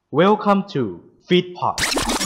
Welcome to Feedpot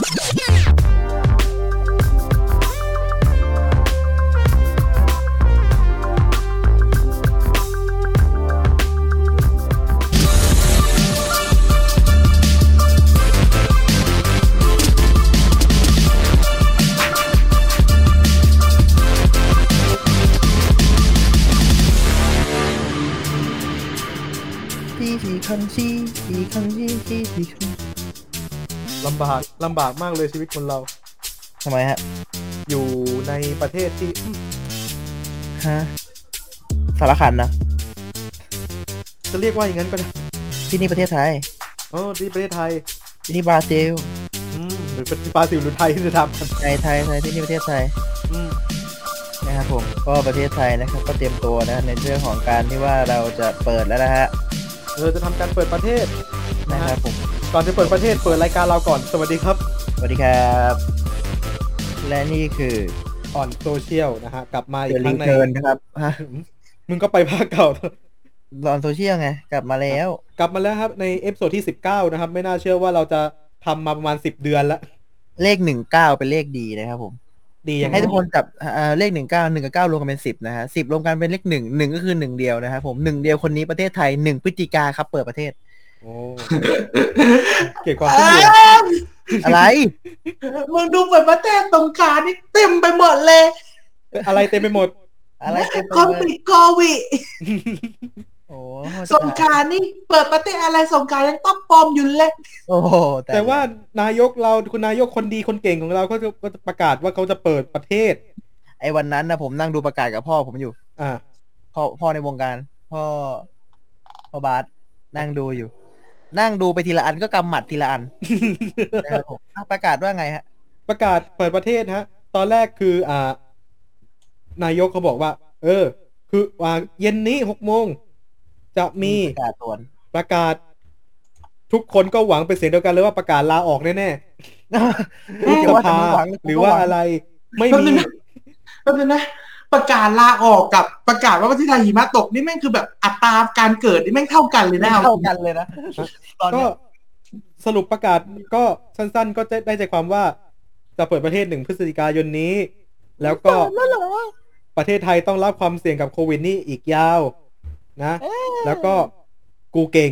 ที่ลำบากมากเลยชีวิตคนเราทำไมฮะอยู่ในประเทศที่ฮะสารคันนะจะเรียกว่าอย่างนั้นก็ได้ที่นี่ประเทศไทยที่ประเทศไทยที่นี่บราซิลหรือเป็นบราซิลหรือไทยที่จะทำกันไทยที่นี่ประเทศไทยนะครับผมก็ประเทศไทยนะครับก็เตรียมตัวนะในเรื่องของการที่ว่าเราจะเปิดแล้วนะฮะจะทำการเปิดประเทศนะครับผมก่อนจะเปิดประเทศเปิดรายการเราก่อนสวัสดีครับสวัสดีครับและนี่คือออนโซเชียลนะฮะกลับมาอีกครั้งในนะครับฮะมึงก็ไปภาคเก่าออนโซเชียลไงกลับมาแล้วครับในเอพิโซดที่19นะครับไม่น่าเชื่อว่าเราจะทำมาประมาณ10 เดือนแล้วเลข19เป็นเลขดีนะครับผมดีอย่างให้ทุกคนจับเลข19 1กับ9รวมกันเป็น10นะฮะ10รวมกันเป็นเลข1ก็คือ1เดียวนะครับผม1เดียวคนนี้ประเทศไทย1พฤศจิกาครับเปิดประเทศโอ้เกี่ยวกับความคิดอะไรมึงดูเปิดประเทศตรงกลางนี่เต็มไปหมดเลยอะไรเต็มไปหมดอะไรเต็มไปหมดคนติดโควิดโอ้สงกรานต์นี่เปิดประเทศอะไรสงกรานต์ยังต้องปลอมอยู่เลยโอ้แต่ว่านายกเราคุณนายกคนดีคนเก่งของเราก็จะประกาศว่าเขาจะเปิดประเทศไอ้วันนั้นนะผมนั่งดูประกาศกับพ่อผมอยู่พ่อในวงการพ่อบาสนั่งดูอยู่นั่งดูไปทีละอันก็กำหมัดทีละอันนะครับผมประกาศว่าไงฮะประกาศเปิดประเทศฮะตอนแรกคือนายกเขาบอกว่าคือว่าเย็นนี้6 โมงจะมีประกาศทุกคนก็หวังเป็นเสียงเดียวกันเลยว่าประกาศลาออกแน่ๆยุบสภาหรือว่าอะไรไม่มีก็เป็นนะประกาศลาออกกับประกาศว่าประเทศไทยหิมะตกนี่แม่งคือแบบอัตราการเกิดนี่แม่งเท่ากันเลยนะเท่ากันเลยนะก็สรุปประกาศก็สั้นๆก็ได้ใจความว่าจะเปิดประเทศ1 พฤศจิกายนนี้แล้วก็ประเทศไทยต้องรับความเสี่ยงกับโควิดนี่อีกยาวนะแล้วก็กูเก่ง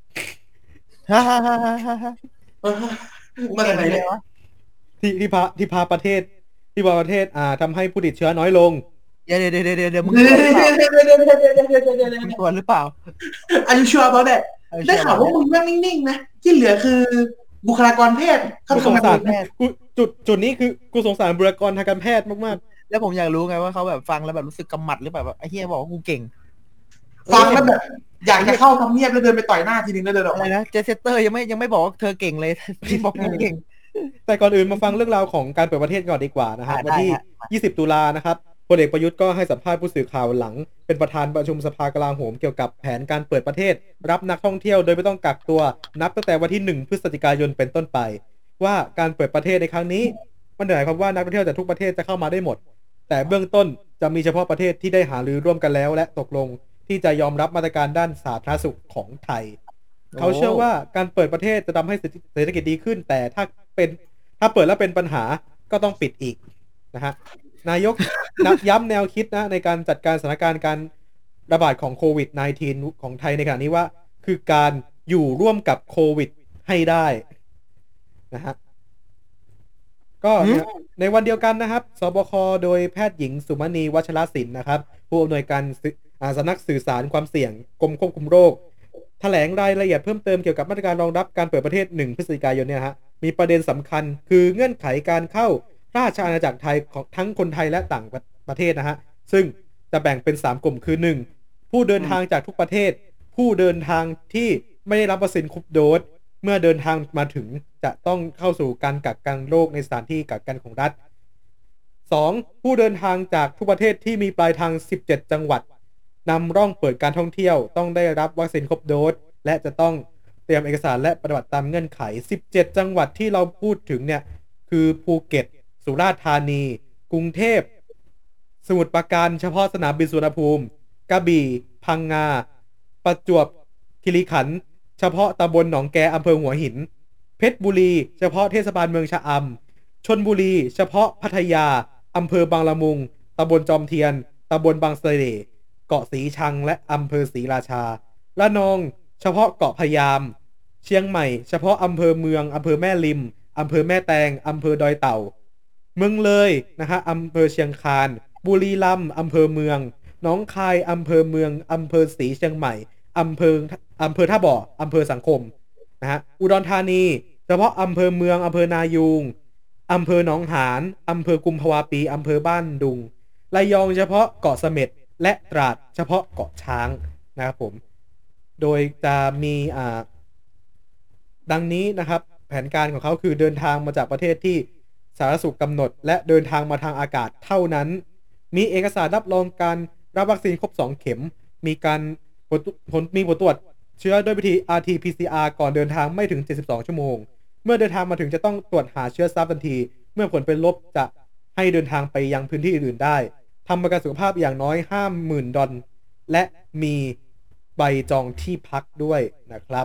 มาจากไหนเนี่ยวะที่พาประเทศทำให้ผู้ติดเชื้อน้อยลงเดี๋ยวมึงตัวหรือเปล่าอายุชัวร์เปล่าเนี่ยได้ข่าวว่ามึงแม่งนิ่งๆนะที่เหลือคือบุคลากรแพทย์เขาสงสารจุดนี้คือกูสงสารบุคลากรทางการแพทย์มากๆแล้วผมอยากรู้ไงว่าเขาแบบฟังแล้วแบบรู้สึกกำหมัดหรือแบบไอ้เหี้ยบอกว่ากูเก่งฟังแล้วแบบอยากจะเข้าทำเนียบแล้วเดินไปต่อยหน้าทีนึงแล้วเดินออกอะไรนะเจสเตอร์ยังไม่บอกว่าเธอเก่งเลยพี่บอกกูเก่งแต่ก่อนอื่นมาฟังเรื่องราวของการเปิดประเทศก่อนดีกว่านะครับวันที่20 ตุลานะครับพลเอกประยุทธ์ก็ให้สัมภาษณ์ผู้สื่อข่าวหลังเป็นประธานประชุมสภากลาโหมเกี่ยวกับแผนการเปิดประเทศรับนักท่องเที่ยวโดยไม่ต้องกักตัวนับตั้งแต่วันที่1 พฤศจิกายนเป็นต้นไปว่าการเปิดประเทศในครั้งนี้มันหมายความว่านักท่องเที่ยวจากทุกประเทศจะเข้ามาได้หมดแต่เบื้องต้นจะมีเฉพาะประเทศที่ได้หารือร่วมกันแล้วและตกลงที่จะยอมรับมาตรการด้านสาธารณสุขของไทยเขาเชื่อว่าการเปิดประเทศจะทำให้เศรษฐกิจดีขึ้นแต่ถ้าเปิดแล้วเป็นปัญหาก็ต้องปิดอีกนะฮะนายกย้ำแนวคิดนะในการจัดการสถานการณ์การระบาดของโควิด -19 ของไทยในขณะนี้ว่าคือการอยู่ร่วมกับโควิดให้ได้นะฮะก็ในวันเดียวกันนะครับสบคโดยแพทย์หญิงสุมณีวัชรศิลป์นะครับผู้อำนวยการสำนักสื่อสารความเสี่ยงกรมควบคุมโรคแถลงรายละเอียดเพิ่มเติมเกี่ยวกับมาตรการรองรับการเปิดประเทศ1 พฤศจิกายนเนี่ยฮะมีประเด็นสำคัญคือเงื่อนไขการเข้าราชอาณาจักรไทยของทั้งคนไทยและต่างประเทศนะฮะซึ่งจะแบ่งเป็น3 กลุ่มคือ1ผู้เดินทางจากทุกประเทศผู้เดินทางที่ไม่ได้รับวัคซีนครบโดสเมื่อเดินทางมาถึงจะต้องเข้าสู่การกักกันโรคในสถานที่กักกันของรัฐ 2. ผู้เดินทางจากทุกประเทศที่มีปลายทาง17 จังหวัดนำร่องเปิดการท่องเที่ยวต้องได้รับวัคซีนครบโดสและจะต้องเตรียมเอกสารและปฏิบัติตามเงื่อนไข17 จังหวัดที่เราพูดถึงเนี่ยคือภูเก็ตสุราษฎร์ธานีกรุงเทพสมุทรปราการเฉพาะสนามบินสุวรรณภูมิกระบี่พังงาประจวบคีรีขันธ์เฉพาะตำบลหนองแกอำเภอหัวหินเพชรบุรีเฉพาะเทศบาลเมืองชะอำชลบุรีเฉพาะพัทยาอำเภอบางละมุงตำบลจอมเทียนตำบลบางเสร่เกาะสีชังและอำเภอศรีราชาระนองเฉพาะเกาะพะยามเชียงใหม่เฉพาะอำเภอเมืองอำเภอแม่ริมอำเภอแม่แตงอำเภอดอยเต่าเมืองเลยนะฮะอำเภอเชียงคานบุรีรัมย์อำเภอเมืองหนองคายอำเภอเมืองอำเภอศรีเชียงใหม่อำเภอท่าบ่ออำเภอสังคมนะฮะอุดรธานีเฉพาะอำเภอเมืองอำเภอนายูงอำเภอหนองหานอำเภอกุมภาวะปีอำเภอบ้านดุงระยองเฉพาะเกาะเสม็ดและตราดเฉพาะเกาะช้างนะครับผมโดยจะมีดังนี้นะครับแผนการของเขาคือเดินทางมาจากประเทศที่สาธารณสุขกำหนดและเดินทางมาทางอากาศเท่านั้นมีเอกสารรับรองการรับวัคซีนครบ2เข็มมีการมีผลตรวจเชื้อด้วยวิธี RT-PCR ก่อนเดินทางไม่ถึง72ชั่วโมงเมื่อเดินทางมาถึงจะต้องตรวจหาเชื้อซ้ำทันทีเมื่อผลเป็นลบจะให้เดินทางไปยังพื้นที่อื่นได้ทำประกันสุขภาพอย่างน้อย $50,000 และมีใบจองที่พักด้วยนะครับ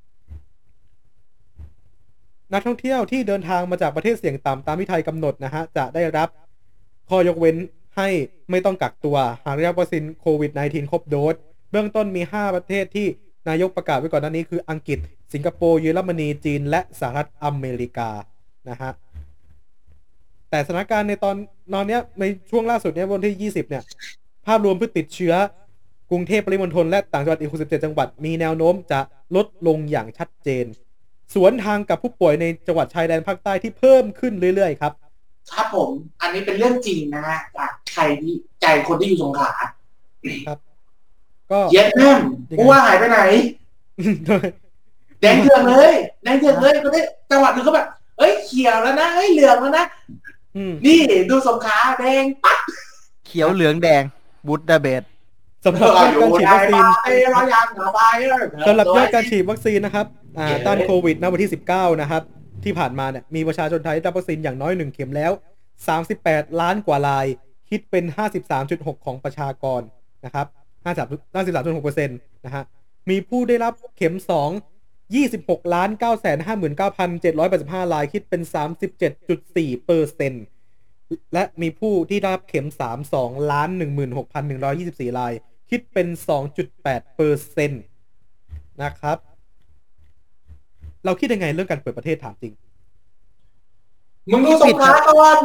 นักท่องเที่ยวที่เดินทางมาจากประเทศเสี่ยงต่ำตามที่ไทยกำหนดนะฮะจะได้รับข้อยกเว้นให้ไม่ต้องกักตัวหากได้รับวัคซีนโควิด -19 ครบโดสเบื้องต้นมี5ประเทศที่นายกประกาศไว้ก่อนหน้านี้คืออังกฤษสิงคโปร์เยอรมนีจีนและสหรัฐอเมริกานะฮะแต่สถานการณ์ในตอนนี้ในช่วงล่าสุดเนี่ยวันที่20เนี่ยภาพรวมผู้ติดเชื้อกรุงเทพปริมณฑลและต่างจังหวัดอีก67จังหวัดมีแนวโน้มจะลดลงอย่างชัดเจนสวนทางกับผู้ป่วยในจังหวัดชายแดนภาคใต้ที่เพิ่มขึ้นเรื่อยๆครับครับผมอันนี้เป็นเรื่องจริงนะฮะจากใครที่ใจคนที่อยู่สงขลาครับก็เย็ดแม่ผู้ว่าหายไปไหนแดงเถื่อนเลยก็ได้จังหวัดนึงก็แบบเอ้ยเขียวแล้วนะเอ้ยเหลืองแล้วนะนี่ดูสงขลาแดงปั๊บเขียวเหลืองแดงบูดดาเบสสำหรับการฉีดวัคซีนสำหรับยอดการฉีดวัคซีนนะครับต้านโควิดณวันที่19นะครับที่ผ่านมาเนี่ยมีประชาชนไทยได้รับวัคซีนอย่างน้อย1เข็มแล้ว38ล้านกว่ารายคิดเป็น 53.6% ของประชากรนะครับ53.6% นะฮะมีผู้ได้รับเข็ม2 26,959,785 รายคิดเป็น 37.4% และมีผู้ที่ได้รับเข็ม3 2,16,124 รายคิดเป็น 2.8% นะครับเราคิดยังไงเรื่องการเปิดประเทศถามจริงมึงดูสงขลาก่อน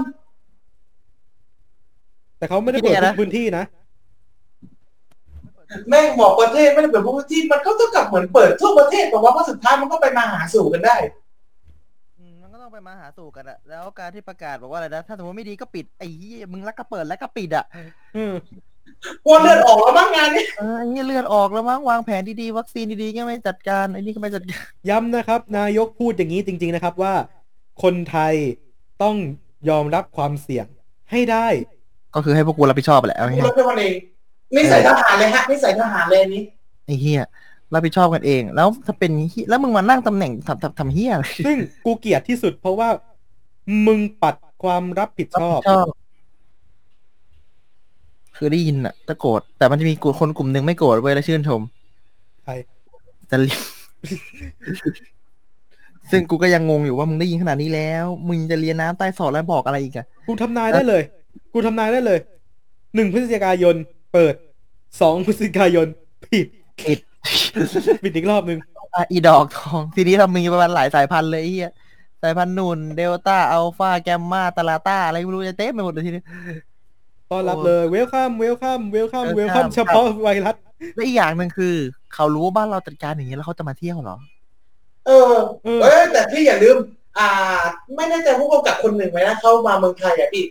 แต่เขาไม่ได้เปิดทุกพื้นที่นะแม่งบอกประเทศไม่ได้เปิดทุกพื้นที่มันก็เท่ากับเหมือนเปิดทั่วประเทศแต่ว่าสุดท้ายมันก็ไปมาหาสู่กันได้มันก็ต้องไปมาหาสู่กันอะแล้วการที่ประกาศบอกว่าอะไรนะถ้าสมมติไม่ดีก็ปิดไอ้มึงรักก็เปิดแล้วก็ปิดอะกลัวเลือดออกแล้วมั้งงานนี้นี่เลือดออกแล้วมั้งวางแผนดีๆวัคซีนดีๆก็ไม่จัดการไอ้นี่ก็ไม่จัดการย้ำนะครับนายกพูดอย่างนี้จริงๆนะครับว่าคนไทยต้องยอมรับความเสี่ยงให้ได้ก็คือให้พวกกูรับผิดชอบแหละกูรับผิดชอบเองนี่ใส่ทหารเลยฮะนี่ใส่ทหารเลยนี้ไอ้เหี้ยรับผิดชอบกันเองแล้วถ้าเป็นแล้วมึงมานั่งตำแหน่งทำเหี้ยซึ่งกูเกลียดที่สุดเพราะว่ามึงปัดความรับผิดชอบคือได้ยินอะแต่โกรธแต่มันจะมีคนกลุ่มนึงไม่โกรธเว้ยแล้วชื่นชมใครจะซึ่งกูก็ยังงงอยู่ว่ามึงได้ยินขนาดนี้แล้วมึงจะเรียนน้ำใต้สอดแล้วบอกอะไรอีกอะกูทำนายได้เลย1 พฤศจิกายนเปิด2 พฤศจิกายนปิดอีกรอบนึงอีดอกทองทีนี้เรามีประมาณหลายสายพันธุ์เลยไอ้เหี้ยสายพันธุ์นูนเดลต้าอัลฟาแกมมาตาลาต้าอะไรไม่รู้จะเต็มไปหมดเลยทีนี้ต้อนรับเลยเวลคัมเฉพาะไวรัสและอีกอย่างนึงคือเขารู้ว่าบ้านเราจัดการอย่างนี้แล้วเขาจะมาเที่ยวเหรอแต่พี่อย่าลืมไม่แน่ใจผู้กำกับคนหนึ่งไหมนะเข้ามาเมืองไทยพี่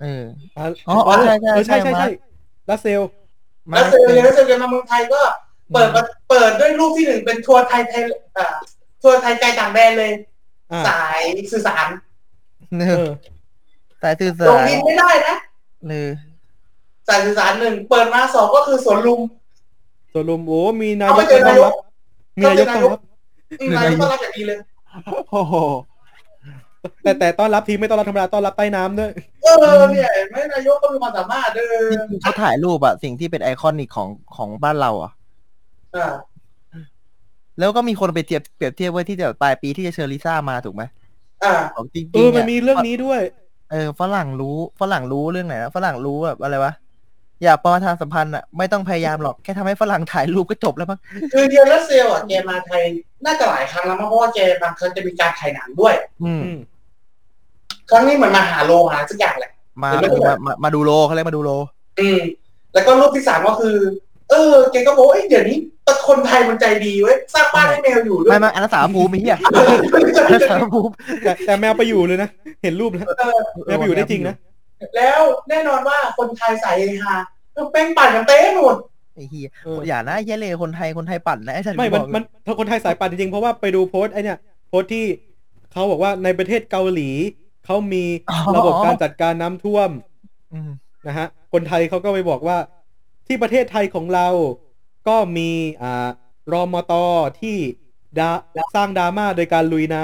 ใช่รัสเซลกันมาเมืองไทยก็เปิดด้วยรูปที่1เป็นทัวร์ไทยทัวร์ไทยไกลต่างแดนเลยสายสื่อสารสายสื่อสารลงดินไม่ได้นะสายสื่อสาร1เปิดมา2ก็คือสวนลุมโอ้มีนายกต้อนรับต้อนรับอย่างดีเลยโอ้โหแต่ต้อนรับทีไม่ต้อนรับธรรมดาต้อนรับใต้น้ำด้วยเนี่ยไม่นายกก็มีความสามารถเขาถ่ายรูปอะสิ่งที่เป็นไอคอนิกของบ้านเราอะแล้วก็มีคนไปเปรียบเทียบไว้ที่จะปลายปีที่จะเชิญลิซ่ามาถูกไหมอ่าของจริงๆมันมีเรื่องนี้ด้วยฝรั่งรู้เรื่องไหนนะฝรั่งรู้แบบอะไรวะอยากประชาสัมพันธ์อ่ะไม่ต้องพยายามหรอกแค่ทำให้ฝรั่งถ่ายรูปก็จบแล้วมั้งคือเดียร์รัสเซลอ่ะแกมาไทยน่าจะหลายครั้งแล้วมั้งเพราะว่าแกบางครั้งจะมีการถ่ายหนังด้วย ครั้งนี้เหมือนมาหาโลหะสักอย่างแหละมาดูโลเขาเรียกมาดูโลแล้วก็รูปที่ 3ก็คือแกก็บอกเดี๋ยวนี้คนไทยมันใจดีเว้ยสร้างบ้านให้แมวอยู่ด้วยไม่อันนั้นสารภูมิเหี้ยสารภูมิแต่แมวไปอยู่เลยนะเห็นรูปแล้วแมวไปอยู่ได้จริงนะแล้วแน่นอนว่าคนไทยสายเฮฮาแป้งปั่นกันเต้หมดไอ้เหี้ยอย่านะเยเลคนไทยปั่นนะไอ้ฉันไม่มันถ้าคนไทยสายปั่นจริงๆเพราะว่าไปดูโพสต์ไอ้เนี่ยโพสต์ที่เขาบอกว่าในประเทศเกาหลีเขามีระบบการจัดการน้ำท่วมนะฮะคนไทยเขาก็ไปบอกว่าที่ประเทศไทยของเราก็มีรมต.ที่สร้างดราม่าโดยการลุยน้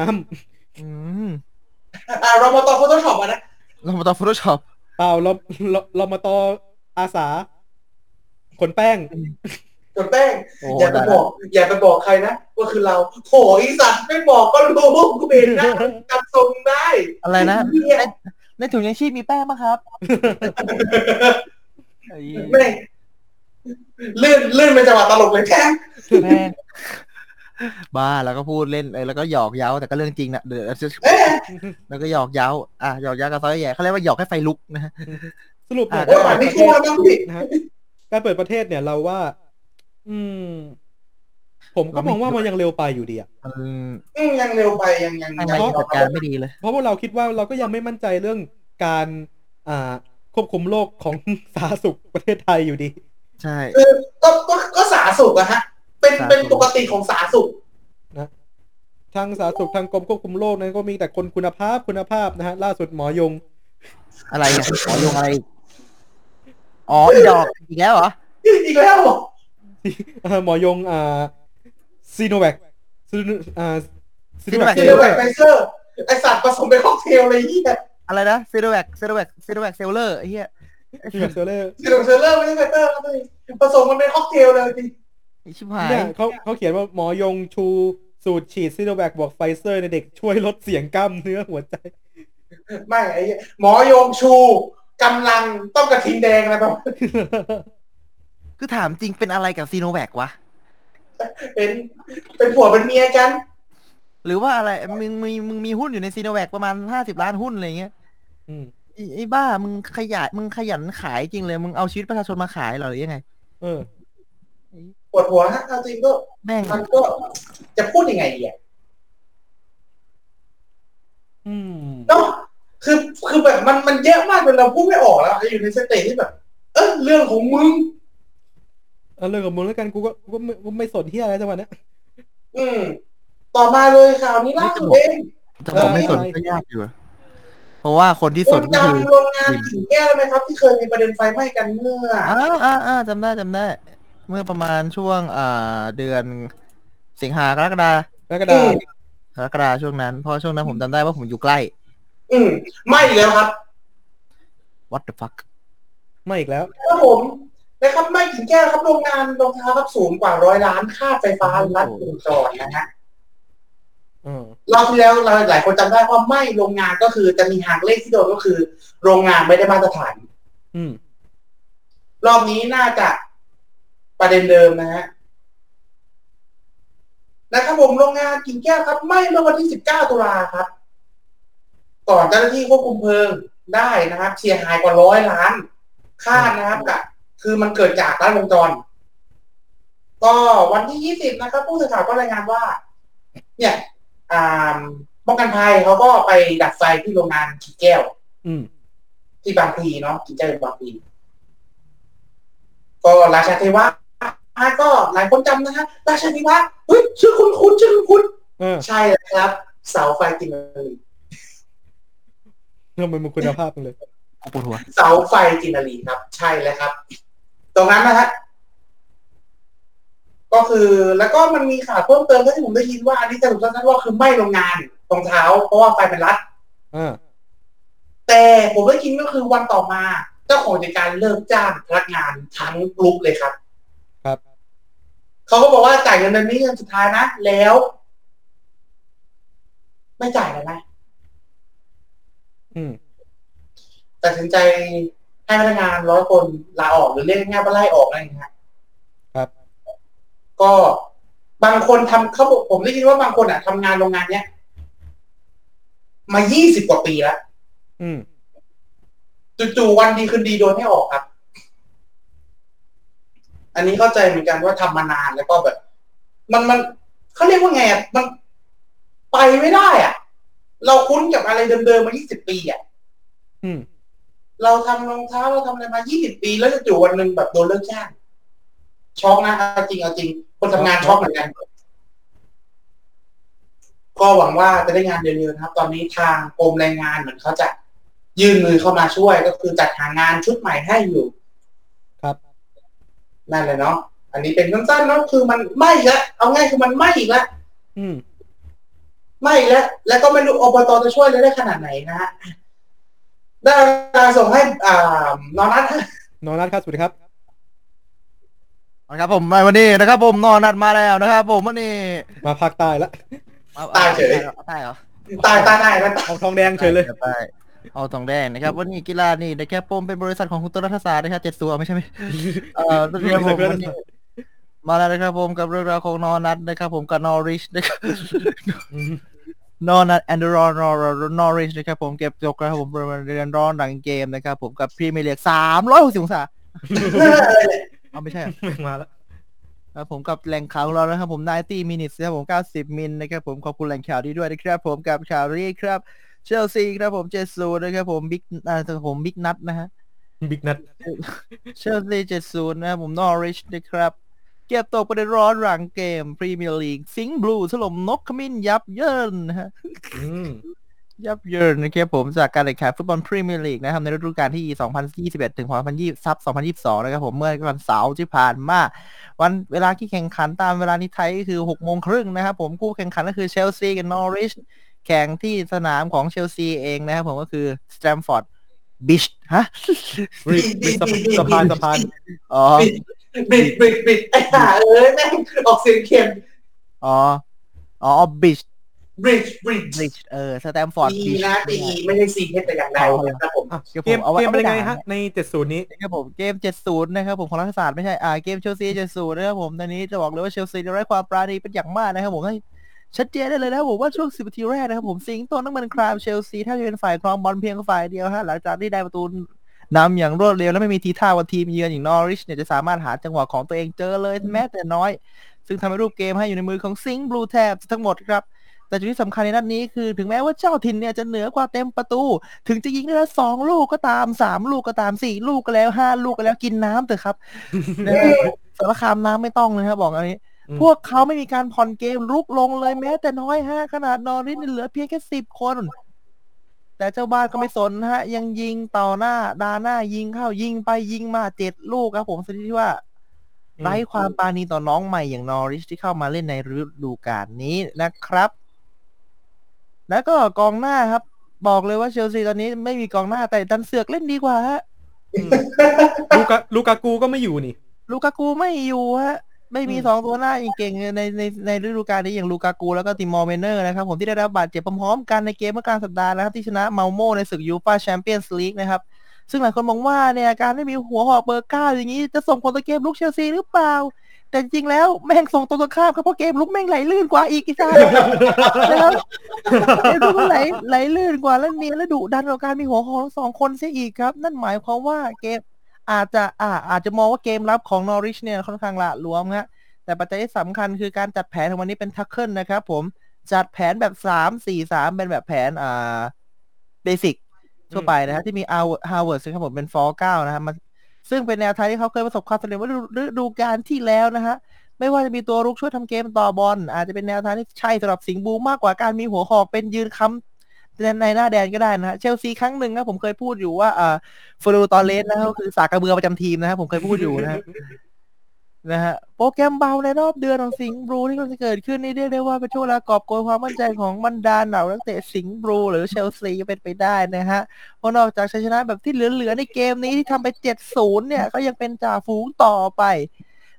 ำรมต.โฟโต้ช็อปนะรมต.โฟโต้ช็อปเปล่ารมต.อาสาขนแป้งอย่าไปบอกใครนะว่าคือเราโหอีสัตว์ไม่บอกก็รู้กูเห็นนะจำทรงได้อะไรนะในถุงยังชีพมีแป้งมั้งครับไม่ลื่นเป็นจังหวะตลกเลยแค่บ้าแล้วก็พูดเล่นแล้วก็หยอกเย้าแต่ก็เรื่องจริงนะเดี๋ยวแล้วก็หยอกเย้าหยอกเย้ากับซอยแย่เขาเรียกว่าหยอกให้ไฟลุกนะฮะสรุปเนี่ยการเปิดประเทศเนี่ยเราว่าผมก็มองว่ามันยังเร็วไปอยู่ดียังเร็วไปยังจัดการไม่ดีเลยเพราะว่าเราคิดว่าเราก็ยังไม่มั่นใจเรื่องการควบคุมโรคของสาธารณสุขประเทศไทยอยู่ดีใช่ก็สาธารณสุขอะฮะเป็นปกติของสาธารณสุขนะทางสาธารณสุขทางกรมควบคุมโรคนั้นก็มีแต่คนคุณภาพนะฮะล่าสุดหมอยงอะไรเนี่ยหมอยงอะไรอ๋ออีดอกอีกแล้วเหรออีกแล้วหมอยงซีโนแวคไฟเซอร์ไอสัตว์ผสมเป็นค็อกเทลอะไรเหี้ยอะไรนะซีโนแวคเซลเลอร์ไอ้เหี้ยเซลเลอร์ไม่ใช่ไฟเซอร์ครับผสมมันเป็นค็อกเทลเลยจริงชิบหายเนี่ยเขาเขียนว่าหมอยงชูสูตรฉีดซีโนแวคบอกไฟเซอร์ในเด็กช่วยลดเสียงกล้ามเนื้อหัวใจไม่ไอ้หมอยงชูกำลังต้องกระทิงแดงอะไรแบบคือถามจริงเป็นอะไรกับซีโนแวควะเป็นผัวเป็นเมียกันหรือว่าอะไรมึงมีหุ้นอยู่ในซีโนแวคประมาณ50 ล้านหุ้นอะไรเงี้ยไอ้บ้ามึงขยันขายจริงเลยมึงเอาชีวิตประชาชนมาขายหรอหรือยังไงปวดหัวฮะเอาจริงก็มันก็จะพูดยังไงดีอ่ะเนาะคือแบบมันเยอะมากจนเราพูดไม่ออกแล้วอยู่ในสเตจที่แบบเรื่องของมึงเรื่องของมึงแล้วกันกูไม่สนที่อะไรจังหวะนี้ต่อมาเลยข่าวนี้ล่าสุดเองแต่ผมไม่สนก็ยากอยู่เพราะว่าคนที่สนก็คือโรงงานกิ่งแก้วไหมครับที่เคยมีประเด็นไฟไหม้กันเมื่อจำได้เมื่อประมาณช่วงเดือนสิงหากรกฎาช่วงนั้นเพราะช่วงนั้นผมจำได้ว่าผมอยู่ใกล้ไม่อีกแล้วครับ What the fuck ไม่อีกแล้วครับผมนะครับไม่กิ่งแก้วครับโรงงานรองเท้าครับสูงกว่า100 ล้านค่าไฟฟ้าลัดวงจรนะฮะรอบที่แล้วหลายคนจำได้ว่าไหม้โรงงานก็คือจะมีหางเลขที่โดนก็คือโรงงานไม่ได้มาตรฐานรอบนี้น่าจะประเด็นเดิมนะฮะนะครับผมโรงงานกิ่งแก้วครับไหม้เมื่อวันที่19 ตุลาครับก่อนเจ้าหน้าที่ควบคุมเพลิงได้นะครับเสียหายกว่า100 ล้านค่านะครับคือมันเกิดจากลัดวงจรก็วันที่20นะครับผู้สื่อข่าวก็รายงานว่าเนี่ยป้องกันภัยเขาก็ไปดับไฟที่โรงงานกิ่งแก้วที่บางพลีเนาะกิ่งแก้วบางพลีก็ราชาเทวะก็หลายคนจำนะฮะราชาเทวะเฮ้ยชื่อคุณใช่ครับเสาไฟกินรีทำไมมันคุณภาพเลยเสาไฟกินรีครับใช่แล้วครับตรงนั้นนะฮะก็คือแล้วก็มันมีข่าวเพิ่มเติมที่ผมได้ยินว่าอันนี้สรุปสั้นๆว่าคือไหม้โรงงานรองเท้าเพราะว่าไฟเป็นรัดแต่ผมได้ยินก็คือวันต่อมาเจ้าของกิจการเลิกจ้างพนักงานทั้งกลุ่มเลยครับเขาก็บอกว่าจ่ายเงินเดือนนี้เงินสุดท้ายนะแล้วไม่จ่ายเลยนะตัดสินใจให้พนักงาน100 คนลาออกหรือเรียกง่ายๆว่าไล่ออกอะไรอย่างเงี้ยครับก็บางคนทำเขาบอกผมได้ยินว่าบางคนทำงานโรงงานเนี้ยมา20 กว่าปีแล้วจู่ๆวันดีคืนดีโดนให้ออกครับอันนี้เข้าใจเหมือนกันว่าทำมานานแล้วก็แบบมันเขาเรียกว่าไงมันไปไม่ได้เราคุ้นกับอะไรเดิมๆมา20 ปีเราทำรองเท้าเราทำอะไรมา20 ปีแล้วจู่ๆวันหนึ่งแบบโดนเลิกจ้างช็อกนะเอาจริงคนทำงานช็อกเหมือนกันก็หวังว่าจะได้งานเร็วๆนะครับตอนนี้ทางกรมแรงงานเหมือนเขาจะยื่นมือเข้ามาช่วยก็คือจัดหางานชุดใหม่ให้อยู่ครับนั่นเลยเนาะอันนี้เป็นสั้นๆเนาะคือมันไม่ละเอาง่ายคือมันไม่อีกแล้วไม่แล้วก็ไม่รู้อบตจะช่วยได้ขนาดไหนนะฮะได้ส่งให้นอนัทครับสวัสดีครับครับผมวันนี้นะครับผมนอนัทมาแล้วนะครับผมวันนี้มาภาคใต้ละตายเฉยตายเหรอตายเอาทองแดงเฉยเลยเอาทองแดงนะครับวันนี้กีฬานี่ได้แค่ปมเป็นบริษัทของคุณต้นรัฐศาสตร์นะครับ70ไม่ใช่ไหมเรื่องผมวันนี้มาแล้วนะครับผมกับเรื่องราวของนอนัทนะครับผมกับนอริชนะครับนอนัทแอนเดอร์นอริชนะครับผมเก็บจบครับผมเรียนร้อนหลังเกมนะครับผมกับพรีเมียร์ลีก360 องศาเอาไม่ใช่มาแล้วครับผมกับแหล่งข่าวของเรานะครับผม90 minutes นะครับผม90 มิลนะครับผมขอบคุณแหล่งข่าวดีด้วยนะครับผมกับข่าวนี้ครับเชลซีครับผม70นะครับผมบิ๊กนัทนะฮะบิ๊กนัทเชลซี70นะครับผมนอริชนะครับเก็บตกประเด็นร้อนหลังเกมพรีเมียร์ลีกสิงห์บลูถล่มนกขมิ้นยับเยินนะฮะยับเยินนะครับผมจากการแข่งขันฟุตบอลพรีเมียร์ลีกนะครับในฤดูกาลที่2021ถึง2022นะครับผมเมื่อวันเสาร์ที่ผ่านมาวันเวลาที่แข่งขันตามเวลาที่ไทยก็คือ 6:30 นะครับผมคู่แข่งขันก็คือเชลซีกับนอริชแข่งที่สนามของเชลซีเองนะครับผมก็คือสแตมฟอร์ดบิชฮะสะพานอ๋อบิดไอ้ห่าแม่งออกเสียงเค็มบิชบริดจ์สแตมฟอร์ดบีนะตีไม่ได้ซีแต่อย่างใดนะครับผมเกมเป็นไงฮะใน70นี้นะครับผมเกม70นะครับผมของรัฐศาสตร์ไม่ใช่เกมเชลซี70นะครับผมตอนนี้จะบอกเลยว่าเชลซีได้รับความปราณีเป็นอย่างมากนะครับผมให้ชัดเจนได้เลยนะผมว่าช่วง10 นาทีแรกนะครับผมสิงโตนั่งมันครามเชลซีถ้าจะเป็นฝ่ายครองบอลเพียงฝ่ายเดียวฮะหลังจากที่ได้ประตูนำอย่างรวดเร็วและไม่มีทีท่าว่าทีมเยือนอย่างนอริชเนี่ยจะสามารถหาจังหวะของตัวเองเจอเลยแม้แต่น้อยซึ่งทำให้รูปเกมให้อยู่ในมือของสิงห์บลูแทบทั้งหมดครับแต่จุดที่สำคัญในนัดนี้คือถึงแม้ว่าเจ้าถิ่นเนี่ยจะเหนือกว่าเต็มประตูถึงจะยิงได้แล้ว2 ลูกก็ตาม3 ลูกก็ตาม4 ลูกก็แล้ว5 ลูกก็แล้วกินน้ำเถอะครับสารคามน้ำไม่ต้องเลยครับบอกอันนี้พวกเขาไม่มีการผ่อนเกมลุกลงเลยแม้แต่น้อยฮะขนาดนอริชเหลือเพียงแค่10 คนแต่เจ้าบ้านก็ไม่สนฮะยังยิงต่อหน้าดาหน้ายิงเข้ายิงไปยิงมา7 ลูกครับผมแสดงที่ว่าไร้ความปราณีต่อน้องใหม่อย่างนอริชที่เข้ามาเล่นในฤดูกาลนี้นะครับแล้วก็กองหน้าครับบอกเลยว่าเชลซีตอนนี้ไม่มีกองหน้าแต่ดันเสือกเล่นดีกว่าฮะลูกากูก็ไม่อยู่นี่ลูกากูไม่อยู่ฮะไม่มี2 ตัวหน้าเก่งในฤดูกาลนี้อย่างลูกากูแล้วก็ติมอร์เมเนอร์นะครับผมที่ได้รับบาดเจ็บพร้อมๆกันในเกมเมื่อกลางสัปดาห์นะครับที่ชนะเมาโม่ในศึกยูฟ่าแชมเปี้ยนส์ลีกนะครับซึ่งหลายคนมองว่าเนี่ยการไม่มีหัวหอกเบอร์9อย่างนี้จะส่งผลต่อเกมลุกเชลซีหรือเปล่าแต่จริงแล้วแม่งส่งตรงข้ามครับเพราะเกมลุกแม่งไหลลื่นกว่าอีกอีซ่านะครับเกมลุกไหลลื่นกว่าและเนียนและดุดันกว่าการมีหัวหอกทั้ง2 คนเสียอีกครับนั่นหมายความว่าเกมอาจจะมองว่าเกมรับของนอริชเนี่ยค่อนข้างละหลวมฮะแต่ปัจจัยที่สำคัญคือการจัดแผนของวันนี้เป็นทักเกิลนะครับผมจัดแผนแบบ3-4-3เป็นแบบแผนเบสิกทั่วไปนะฮะที่มีฮาวเวิร์ดครับผมเป็น4-9นะครับซึ่งเป็นแนวทางที่เขาเคยประสบความสำเร็จว่าฤดูกาลที่แล้วนะฮะไม่ว่าจะมีตัวรุกช่วยทำเกมต่อบอลอาจจะเป็นแนวทางที่ใช่สำหรับสิงห์บูมากกว่าการมีหัวหอกเป็นยืนค้ำในหน้าแดนก็ได้นะฮะเชลซีครั้งหนึ่งนะผมเคยพูดอยู่ว่าฟลูตอเลสนะก็คือสากกระเบือประจำทีมนะครับผมเคยพูดอยู่นะฮะโปรแกรมเบาในรอบเดือนของสิงห์บลูที่กำลังจะเกิดขึ้นนี่เรียกได้ว่าเป็นช่วงเวลากอบโกยความมั่นใจของบรรดาเหล่านักเตะสิงห์บลูหรือเชลซีเป็นไปได้นะฮะเพราะนอกจากชัยชนะแบบที่เหลือในเกมนี้ที่ทำไป70เนี่ยก็ยังเป็นจ่าฝูงต่อไป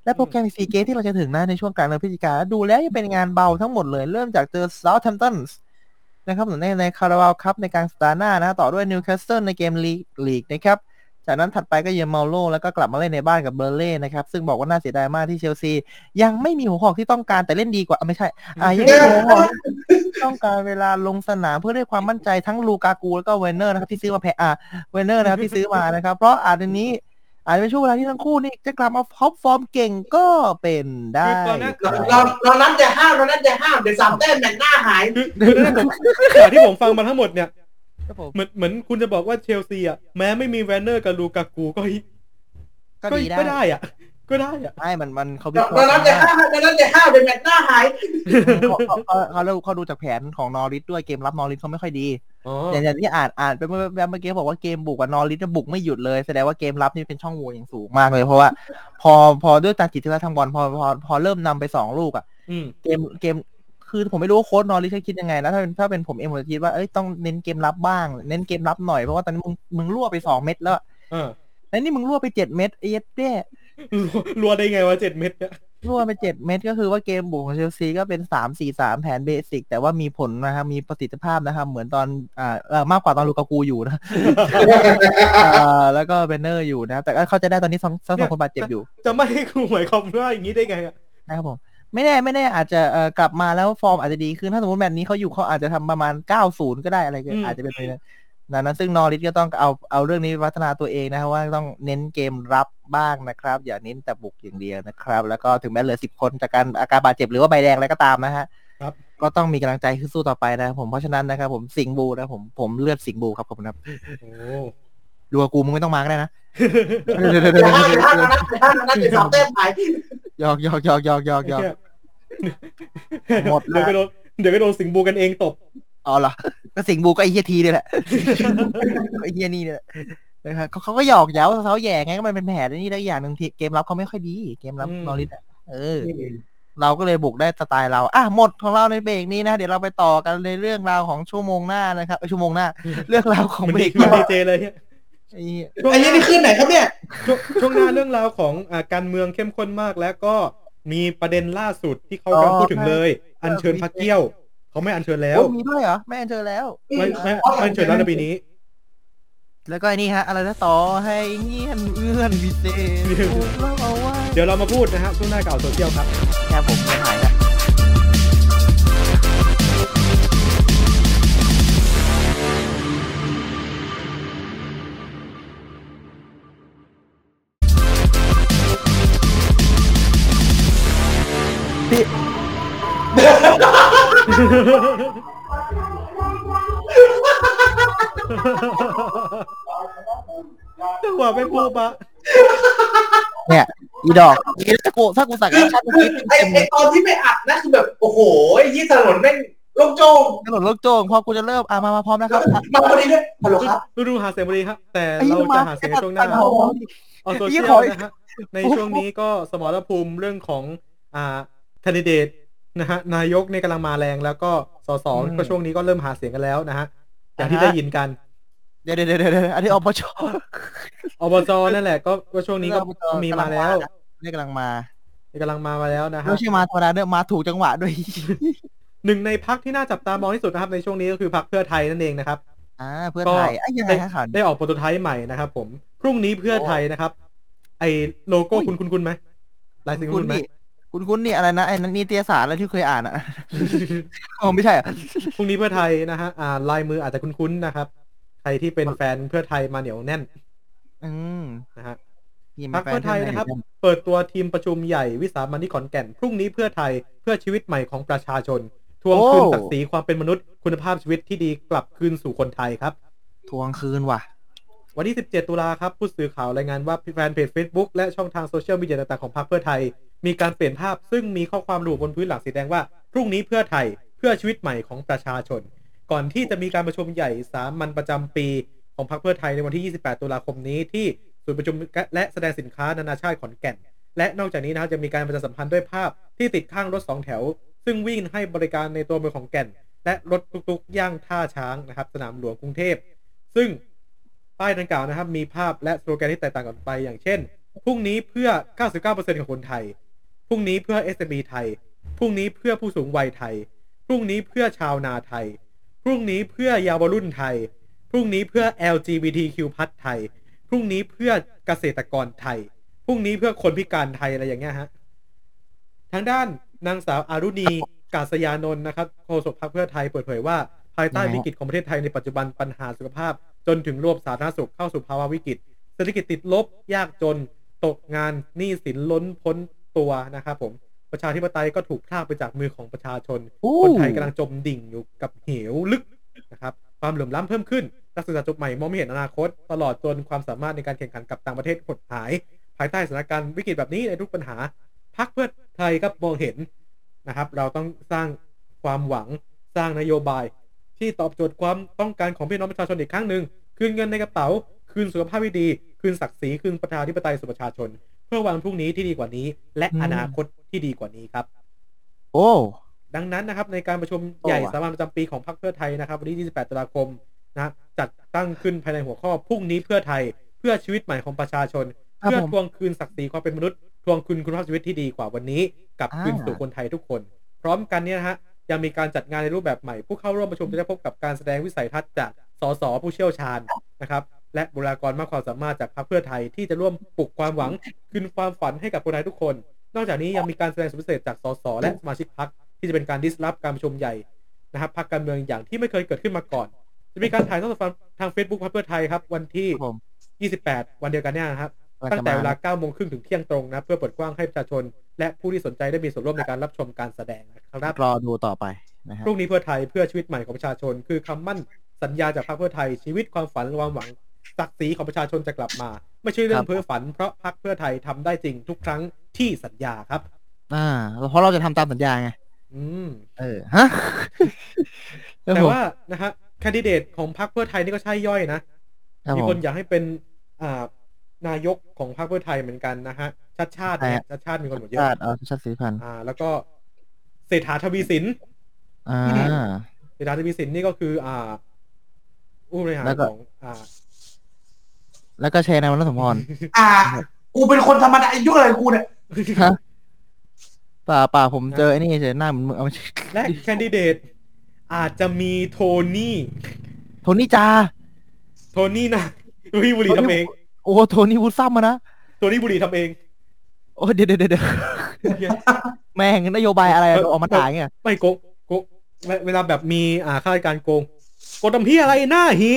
และโปรแกรมฟรีเกมที่เราจะถึงนะในช่วงกลางเดือนพฤศจิกายนดูแล้วยังเป็นงานเบาทั้งหมดเลยเริ่มจากเจอ Southampton นะครับในคาราบาวคัพในกลางสัปดาห์หน้านะต่อด้วยนิวคาสเซิลในเกมลีกนะครับจากนั้นถัดไปก็เยือนเมาโลแล้วก็กลับมาเล่นในบ้านกับเบอร์เล่นะครับซึ่งบอกว่าน่าเสียดายมากที่เชลซียังไม่มีหัวหอกที่ต้องการแต่เล่นดีกว่าไม่ใช่ยังไม่มีหัวหอกต้องการเวลาลงสนามเพื่อได้ความมั่นใจทั้งลูกากูแล้วก็เวนเนอร์นะครับที่ซื้อมาเวนเนอร์นะครับที่ซื้อมานะครับเพราะอาจจะเป็นช่วงเวลาที่ทั้งคู่นี่จะกลับมาท็อปฟอร์มเก่งก็เป็นได้เรานั้นจะห้ามเดี๋ยว3 แต้มแมตช์หน้าหายจากที่ผมฟังมาทั้งหมดเนี่ยเหมือนคุณจะบอกว่าเชลซีอ่ะแม้ไม่มีแวนเนอร์กับลูกากูก็ได้อ่ะไม่มันเขาเรานั้นจะห้ามเดี๋ยวแมตช์หน้าหายเขาดูจากแผนของนอริสด้วยเกมรับนอริสเขาไม่ค่อยดีอย่างที่อ่านไปเมื่อกี้บอกว่าเกมบุกกับนอริสจะบุกไม่หยุดเลยแสดงว่าเกมรับนี่เป็นช่องโหว่อย่างสูงมากเลยเพราะว่าพอด้วยตาจิตที่ว่าทางบอลพอเริ่มนำไป2 ลูกอ่ะเกมคือผมไม่รู้ว่าโค้ชนอริสคิดยังไงนะถ้าเป็นผมเองผมจะคิดว่าต้องเน้นเกมรับบ้างเน้นเกมรับหน่อยเพราะว่าตอนนี้มึงรั่วไป2 เม็ดแล้วแล้วนี่มึงรั่วไป7 เม็ดไอ้เด้รั่วได้ไงวะ7 เม็ดเนี่ยรั่วไป7 เม็ดก็คือว่าเกมบุกของเชลซีก็เป็น3-4-3แผนเบสิกแต่ว่ามีผลนะครับมีประสิทธิภาพนะครับเหมือนตอนมากกว่าตอนลูกากูอยู่นะแล้วก็เบนเนอร์อยู่นะแต่ก็เขาจะได้ตอนนี้2 คนบาดเจ็บอยู่จะไม่ให้กูหมายความว่าอย่างนี้ได้ไงนะครับผมไม่แน่อาจจะกลับมาแล้วฟอร์มอาจจะดีขึ้นถ้าสมมติแมตช์นี้เขาอยู่เขาอาจจะทำประมาณ90ก็ได้อะไรก็อาจจะเป็นไปได้นั้นซึ่งนอริสก็ต้องเอาเรื่องนี้พัฒนาตัวเองนะครับว่าต้องเน้นเกมรับบ้างนะครับอย่าเน้นแต่บุกอย่างเดียวนะครับแล้วก็ถึงแม้เหลือ10 คนจากอาการบาดเจ็บหรือว่าใบแดงอะไรก็ตามนะฮะก็ต้องมีกำลังใจขึ้นสู้ต่อไปนะผมเพราะฉะนั้นนะครับผมสิงห์บูนะผมเลือดสิงห์บูครับผมครับดูกูมึงไม่ต้องมาก็ได้นะนั่นเป็น3 แต้มหายหยอกหมดแล้วเดี๋ยวก็โดนสิงห์บูกันเองตบอ๋อเหรอก็สิงห์บูก็ไอ้เฮียทีนี่แหละไอ้เฮียนี่เนี่ยนะครับเขาก็หยอกเย้าเขาแย่ไงก็มันเป็นแผนนี่ได้อย่างหนึ่งที่เกมรับเขาไม่ค่อยดีเกมรับนอริสเราก็เลยบุกได้สไตล์เราหมดของเราในเบรกนี้นะเดี๋ยวเราไปต่อกันในเรื่องราวของชั่วโมงหน้านะครับชั่วโมงหน้าเรื่องราวของเบรกดีเจเลยไอ้นี่ขึ้นไหนครับเนี่ยช่วงหน้าเรื่องราวของการเมืองเข้มข้นมากแล้วก็มีประเด็นล่าสุดที่เขากำลังพูดถึงเลยอัญเชิญพระเกี้ยวเขาไม่อัญเชิญแล้วมีด้วยเหรอไม่อัญเชิญแล้วไม่อัญเชิญแล้วในปีนี้แล้วก็ไอ้นี่ฮะอะไรนะต่อให้เงียนเอื้อนวิเศษเดี๋ยวเรามาพูดนะฮะช่วงหน้าเก่าโซเชียลครับแค่ผมไม่หายนะจังหวะไม่พูดปะเนี่ยอีดอกถ้ากูสักชั่นไอ้ตอนที่ไม่อัดนะคือแบบโอ้โหยี่ถนนแม่งโล่งโจ้งพอกูจะเริ่มมาพร้อมนะครับมาพอดีด้วยฮัลโหลครับดูหาเสียงพอดีครับแต่เราจะหาเสียงช่วงหน้าเอาโซเชียลนะฮะในช่วงนี้ก็สมรภูมิเรื่องของแคนดิเดตนะฮะนายกในกำลังมาแรงแล้วก็สสก็ช่วงนี้ก็เริ่มหาเสียงกันแล้วนะฮะอย่างที่ได้ยินกันเดี๋ยวอันนี้อบจนั่นแหละก็ช่วงนี้ก็มีมาแล้วนี่กำลังมาแล้วนะฮะไม่ใช่มาธรรมดาด้วยมาถูกจังหวะด้วยหนึ่งในพรรคที่น่าจับตามองที่สุดนะครับในช่วงนี้ก็คือพรรคเพื่อไทยนั่นเองนะครับเพื่อไทยยังไงครับได้ออกโปรโตไทป์ใหม่นะครับผมพรุ่งนี้เพื่อไทยนะครับไอโลโก้คุณไหมลายเซ็นคุณไหมคุณนี่อะไรนะไอ้นิตยสารอะไรที่เคยอ่านอ่ะไม่ใช่พรุ่งนี้เพื่อไทยนะฮะลายมืออาจจะคุ้นๆนะครับใครที่เป็นแฟนเพื่อไทยมาเหนียวแน่นนะฮะพรรคเพื่อไทยนะครับเปิดตัวทีมประชุมใหญ่วิสามัญที่ขอนแก่นพรุ่งนี้เพื่อไทยเพื่อชีวิตใหม่ของประชาชนทวงคืนศักดิ์ศรีความเป็นมนุษย์คุณภาพชีวิตที่ดีกลับคืนสู่คนไทยครับทวงคืนว่ะวันที่17 ตุลาครับผู้สื่อข่าวรายงานว่าแฟนเพจ Facebook และช่องทางโซเชียลมีเดียต่างๆของพรรคเพื่อไทยมีการเปลี่ยนภาพซึ่งมีข้อความระบุบนพื้นหลังสีแดงว่าพรุ่งนี้เพื่อไทยเพื่อชีวิตใหม่ของประชาชนก่อนที่จะมีการประชุมใหญ่สามัญประจำปีของพรรคเพื่อไทยในวันที่28 ตุลาคมนี้ที่ศูนย์ประชุมและแสดงสินค้านานาชาติขอนแก่นและนอกจากนี้นะครับจะมีการประชาสัมพันธ์ด้วยภาพที่ติดข้างรถ2 แถวซึ่งวิ่งให้บริการในตัวเมืองของแก่นและรถตุ๊กๆย่างท่าช้างนะครับสนามหลวงกรุงเทพซึ่งป้ายดังกล่าวนะครับมีภาพและสโลแกนที่แตกต่างกันไปอย่างเช่นพรุ่งนี้เพื่อ 99% ของคนไทยพรุ่งนี้เพื่อ SME ไทยพรุ่งนี้เพื่อผู้สูงวัยไทยพรุ่งนี้เพื่อชาวนาไทยพรุ่งนี้เพื่อเยาวรุ่นไทยพรุ่งนี้เพื่อ LGBTQ+ ไทยพรุ่งนี้เพื่อเกษตรกรไทยพรุ่งนี้เพื่อคนพิการไทยอะไรอย่างเงี้ยฮะทางด้านนางสาวอารุณีกาศยานนท์นะครับโฆษกพรรคเพื่อไทยเปิดเผยว่าภายใต้วิกฤตของประเทศไทยในปัจจุบันปัญหาสุขภาพจนถึงระบบสาธารณสุขเข้าสู่ภาวะวิกฤตเศรษฐกิจติดลบยากจนตกงานหนี้สินล้นพ้นตัวนะครับผมประชาธิปไตยก็ถูกพรากไปจากมือของประชาชนคนไทยกำลังจมดิ่งอยู่กับเหวลึกนะครับความเหลื่อมล้ำเพิ่มขึ้นนักศึกษาจบใหม่มองไม่เห็นอนาคตตลอดจนความสามารถในการแข่งขันกับต่างประเทศหดหายภายใต้สถานการณ์วิกฤตแบบนี้ในทุกปัญหาพรรคเพื่อไทยก็มองเห็นนะครับเราต้องสร้างความหวังสร้างนโยบายที่ตอบโจทย์ความต้องการของพี่น้องประชาชนอีกครั้งหนึ่งคืนเงินในกระเป๋าคืนสุขภาพที่ดีคืนศักดิ์ศรีคืนประชาธิปไตยสู่ประชาชนเพื่อวันพรุ่งนี้ที่ดีกว่านี้และอนาคตที่ดีกว่านี้ครับโอ้ดังนั้นนะครับในการประชุมใหญ่สามัญประจำปีของพรรคเพื่อไทยนะครับวันที่28ตุลาคมนะจัดตั้งขึ้นภายในหัวข้อพรุ่งนี้เพื่อไทยเพื่อชีวิตใหม่ของประชาชนเพื่อทวงคืนศักดิ์ศรีความเป็นมนุษย์ทวงคืนคุณภาพชีวิตที่ดีกว่าวันนี้กลับคืนสู่คนไทยทุกคนพร้อมกันนี้นะฮะยังมีการจัดงานในรูปแบบใหม่ผู้เข้าร่วมประชุมจะได้พบกับการแสดงวิสัยทัศน์จากสสผู้เชี่ยวชาญนะครับและบุคลากรมากความสามารถจากพรรคเพื่อไทยที่จะร่วมปลุกความหวังคืนความฝันให้กับคนไทยทุกคนนอกจากนี้ยังมีการแสดงสุดพิเศษจากสสและสมาชิกพรรคที่จะเป็นการดิสรับการประชุมใหญ่นะครับพรรคการเมืองอย่างที่ไม่เคยเกิดขึ้นมาก่อนจะมีการถ่ายทอดสดทาง Facebook พรรคเพื่อไทยครับวันที่28วันเดียวกันเนี่ยนะครับตั้งแต่เวลา 9:30 นถึงเที่ยงตรงนะเพื่อเปิดกว้างให้ประชาชนและผู้ที่สนใจได้มีส่วนร่วมในการรับชมการแสดงนะครับรอดูต่อไปนะครับพรุ่งนี้เพื่อไทยเพื่อชีวิตใหม่ของประชาชนคือคำมั่นสัญญาจากพรรคเพื่อไทยชีวิตความฝันความหวังศักดิ์ศรีของประชาชนจะกลับมาไม่ใช่เรื่องเพ้อฝันเพราะพรรคเพื่อไทยทำได้จริงทุกครั้งที่สัญญาครับเพราะเราจะทำตามสัญญาไงฮะแต่ว่านะฮะแคนดิเดตของพรรคเพื่อไทยนี่ก็ใช่ย่อยนะมีคนอยากให้เป็นนายกของพรรคเพื่อไทยเหมือนกันนะฮะชาติเนี่ยชาติมีคนหมดเยอะชาติศรีพันธ์แล้วก็เศรษฐาทวีสินเศรษฐาทวีสินนี่ก็คือผู้บริหารของแล้วก็เชนายวันสมพรกูเป็นคนธรรมดายุ่งอะไรกูเนี่ยป่าผมเจอไอ้นี่เฉยหน้าเหมือนเอาและแคนดิเดตอาจจะมีโทนี่จาโทนี่นะพี่บุรีทำเองโอ้โทนี่วูดซัมมานะโทนี่บุรีทำเองโอ้เดี๋ยวแม่งนโยบายอะไรออกมาถ่ายเงี้ยไม่โกเวลาแบบมีข้าราชการโกงทำเหี้ยอะไรหน้าหี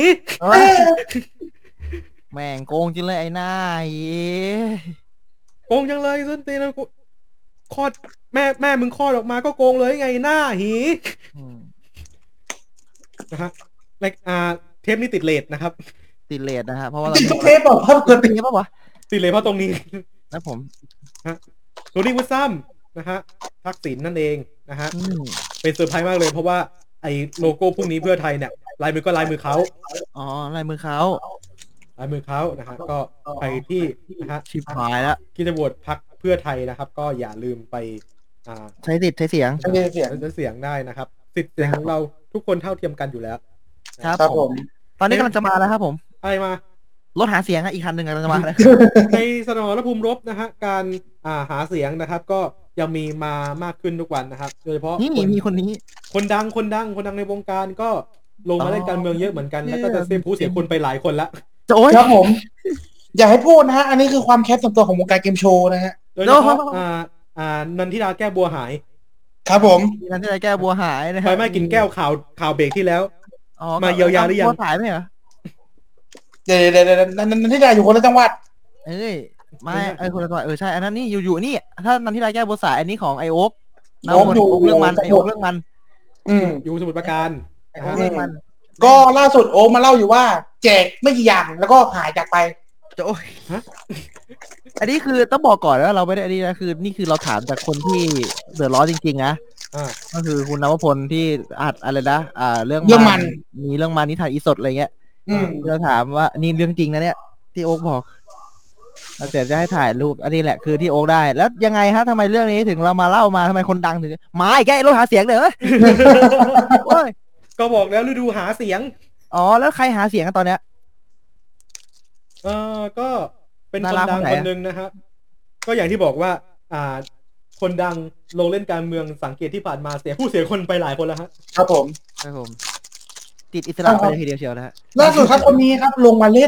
แม่งโกงจริงเลยไอ้หน้าหีโกงจังเลยส้นตีนคลอดแม่มึงคลอดออกมาก็โกงเลยไงหน้าหีนะฮะเทปนี้ติดเลทนะครับติดเลทนะฮะเพราะว่าเทปบอกว่าเกิดปีป่ะวะติดเลทเพราะตรงนี้นะผมโทนี่วูดซัมนะฮะทักษิณนั่นเองนะฮะเป็นเซอร์ไพรส์มากเลยเพราะว่าไอ้โลโก้พวกนี้เพื่อไทยเนี่ยลายมือก็ลายมือเขาลายมือเขานะฮะก็ไปที่นะฮะชิบหายแล้วคิดจะโหวตพรรคเพื่อไทยนะครับก็อย่าลืมไปใช้สิทธิ์ใช้เสียงได้นะครับสิทธิ์เสียงของเราทุกคนเท่าเทียมกันอยู่แล้วครับผมตอนนี้กำลังจะมาแล้วครับผมอะไรมารถหาเสียงอีกคันหนึ่งกำลังจะมาแล้วในสนามภูมิรบนะฮะการหาเสียงนะครับก็ยังมีมามากขึ้นทุกวันนะครับโดยเฉพาะนี่มีคนนี้คนดังในวงการก็ลงมาเล่นการเมืองเยอะเหมือนกันแล้วก็จะเสียผู้เสียคนไปหลายคนละครับผมอย่าให้พูดนะฮะอันนี้คือความแคสส่วนตัวของวงการเกมโชว์นะฮะโดยเฉพาะนันทิดาแก้วบัวหายครับผมนันทิดาแก้วบัวหายนะไฟไหม้กินแก้วข่าวเบรกที่แล้วมาเยียวยาหรือยังหายไหมเหรอเดี๋ยวนันทิดาอยู่คนละจังหวัดไม่คนละจังหวัดใช่อันนั้นนี่อยู่นี่ถ้านันทิดาแก้วบัวสายอันนี้ของไอโอ๊กเรื่องมันไอโอ๊กเรื่องมันอยู่สมุทรปราการก็ล่าสุดโอ๊กมาเล่าอยู่ว่าแจกไม่กี่อย่างแล้วก็หายจากไปโอ้ยอันนี้คือต้องบอกก่อนว่าเราไม่ได้อันนี้นะคือนี่คือเราถามจากคนที่เดือดร้อนจริงๆนะก็คือคุณนวพลที่อัดอะไรนะเรื่องมันมีเรื่องมันนิทานอีสดอะไรเงี้ยเราถามว่านี่เรื่องจริงนะเนี่ยที่โอ๊กบอกเราจะให้ถ่ายรูปอันนี้แหละคือที่โอ๊กได้แล้วยังไงฮะทำไมเรื่องนี้ถึงเรามาเล่ามาทำไมคนดังถึงมาอีกแกรถหาเสียงเลยก็บอกแล้วฤดูหาเสียงแล้วใครหาเสียงกันตอนเนี้ยก็เเป็นคนดังคนหนึ่งนะฮะก็อย่างที่บอกว่าคนดังลงเล่นการเมืองสังเกตที่ผ่านมาเสียผู้เสียคนไปหลายคนแล้วฮะครับผมติดอิสระไปทีเดียวเชียวนะฮะล่าสุดครับคนนี้ครับลงมาเล่น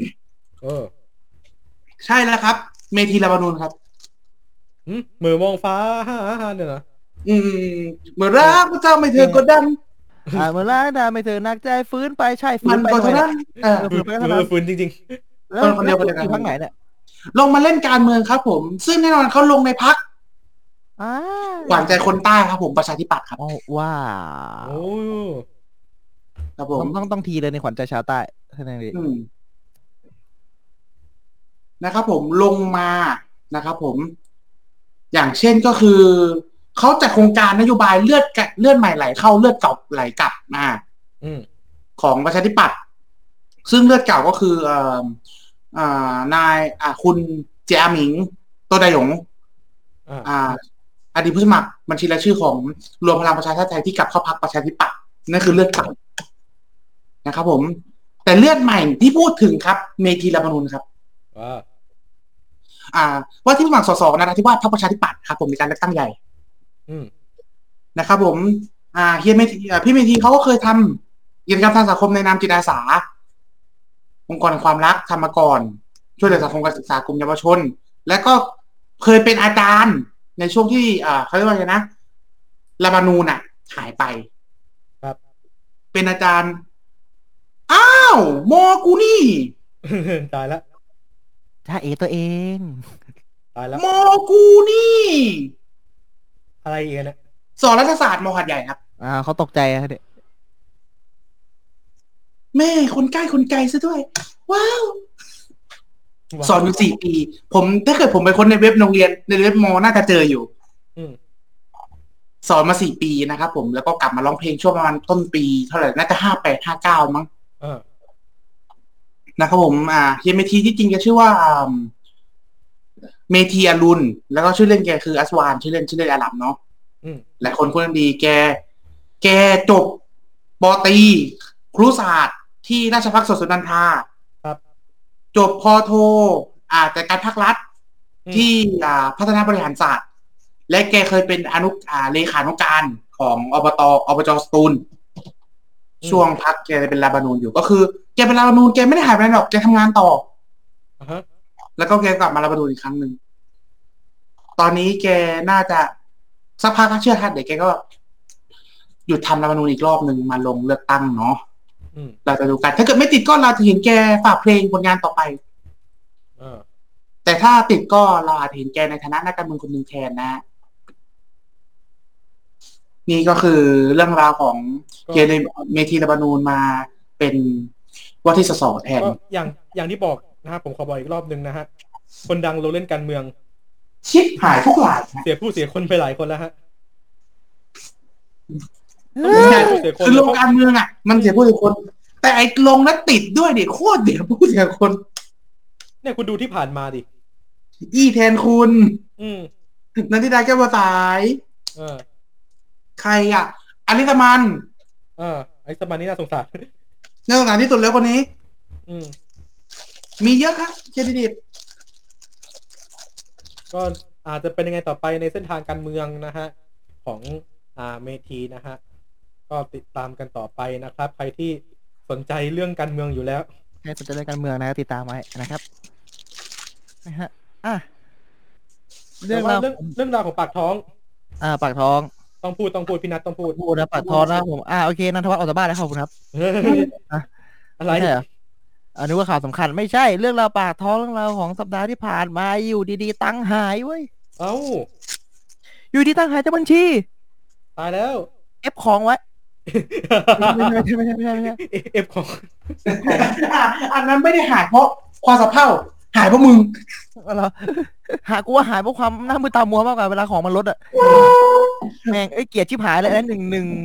ใช่แล้วครับเมธีลาบานูนครับมือมองฟ้าเนี่ยนะเมื่อรักเจ้าไม่เธอกดดันเมื่อรักดาไม่เธอนักใจฟื้นไปใช่ฟื้นไปเท่านั้นฟื้นจริงๆแล้วคนเดียวกันอยู่พักไหนเนี่ยลงมาเล่นการเมืองครับผมซึ่งแน่นอนเขาลงในพรรคหวานใจคนใต้ครับผมประชาธิปัตย์ครับว้าครับผมต้องทีเลยในขวัญใจชาวใต้ท่านนี้นะครับผมลงมานะครับผมอย่างเช่นก็คือเขาจัดโครงการนโยบายเลือดใหม่ไหลเข้าเลือดเก่าไหลกลับของประชาธิปัตย์ซึ่งเลือดเก่าก็คือนายคุณเจียหมิงโตไดหยงอดีตผู้สมัครบัญชีรายชื่อของรวมพลังประชาชาติไทยที่กลับเข้าพรรคประชาธิปัตย์นั่นคือเลือดเก่านะครับผมแต่เลือดใหม่ที่พูดถึงครับเมธีลาบานูนครับว่าที่สมัครสสนราธิวาสพรรคประชาธิปัตย์ครับผมในการเลือกตั้งใหญ่นะครับผมพี่เมธีเขาก็เคยทำกิจกรรมทางสังคมในนามจิตอาสาองค์กรแห่งความรักทำมาก่อนช่วยเหลือสังคมการศึกษากลุ่มเยาวชนและก็เคยเป็นอาจารย์ในช่วงที่เขาเรียกว่าไงนะลาบานูนหายไปครับเป็นอาจารย์อ้าวโมกูนี่ตายแล้วถ้าตัวเองตายแล้วโมกูนี่อะไรอีกเนี่ยสอนรัฐศาสตร์มหัดใหญ่ครับเขาตกใจครับเด็กแม่คนใกล้คนไกลซะด้วยว้าวสอนอยู่4 ปีผมถ้าเกิดผมไปคนในเว็บโรงเรียนในเว็บมอน่าจะเจออยู่สอนมา4 ปีนะครับผมแล้วก็กลับมาร้องเพลงช่วงประมาณต้นปีเท่าไหร่น่าจะ58 59มั้งนะครับผมเฮียเมธีที่จริงแกชื่อว่าเมธีอรุณแล้วก็ชื่อเล่นแกคืออัสวานชื่อเล่นอาหรับเนาะหลายคนคุ้นดีแกจบป.ตรีครุศาสตร์ที่ราชภัฏสวนสุนันทาครับจบพ.โทแต่การภาครัฐที่พัฒนาบริหารศาสตร์และแกเคยเป็นเลขานุการของอบจ.สตูลช่วงพักแกเป็นลาบานูนอยู่ก็คือแกเป็นลาบานูนแกไม่ได้หายไปไหนหรอกแกทำงานต่อแล้วก็แกกลับมาลาบานูนอีกครั้งหนึ่งตอนนี้แกน่าจะสักพักก็เชื่อทัดเดี๋ยวแกก็หยุดทำลาบานูนอีกรอบหนึ่งมาลงเลือกตั้งเนาะเราจะดูกันถ้าเกิดไม่ติดก็เราจะเห็นแกฝากเพลงผลงานต่อไปแต่ถ้าติดก็เราอาจเห็นแกในฐานะนักการเมืองคนหนึ่งแทนนะนี่ก็คือเรื่องราวของเกในเมธีลาบานูนมาเป็นว่าที่สสแทนก็อย่างที่บอกนะครับผมขอบอกอีกรอบนึงนะฮะคนดังลงเล่นการเมืองชิบหายทุกหลายเสียคนไปหลายคนแล้วฮะคือลงการเมืองมันเสียผู้เสียคนแต่ไอ้ลงแล้วติดด้วยดิโคตรเสียผู้เสียคนเนี่ยคุณดูที่ผ่านมาดิแทนคุณนันทิดาแก้วบัวสายใครอลิสมันอลิสมันนี่น่าสงสารน่าสงสารที่สุดแล้วคนนี้มีเยอะครับเครดิตก็อาจจะเป็นยังไงต่อไปในเส้นทางการเมืองนะฮะของเมธีนะฮะก็ติดตามกันต่อไปนะครับใครที่สนใจเรื่องการเมืองอยู่แล้วใครสนใจเรื่องการเมืองนะครับติดตามไว้นะครับนะฮะเรื่องราวของปากท้องปากท้องต้องพูดพี่นัทต้องพูดนะปากท้องนะผมโอเคนันทวัฒน์ออกจากบ้านแล้วขอบคุณครับอะไรนึกว่าข่าวสำคัญไม่ใช่เรื่องราวปากท้องเรื่องราวของสัปดาห์ที่ผ่านมาอยู่ดีๆตังหายเว้ยอยู่ดีตังหายจากบัญชีตายแล้วเอฟของไว้ไม่ใช่เอฟของอันนั้นไม่ได้หายเพราะความสะเพร่าหายเพราะมึงกูว่าหายเพราะความหน้ามือตามัวมากกว่าเวลาของมันลดแม่งเกลียดชิบหายเลยนะ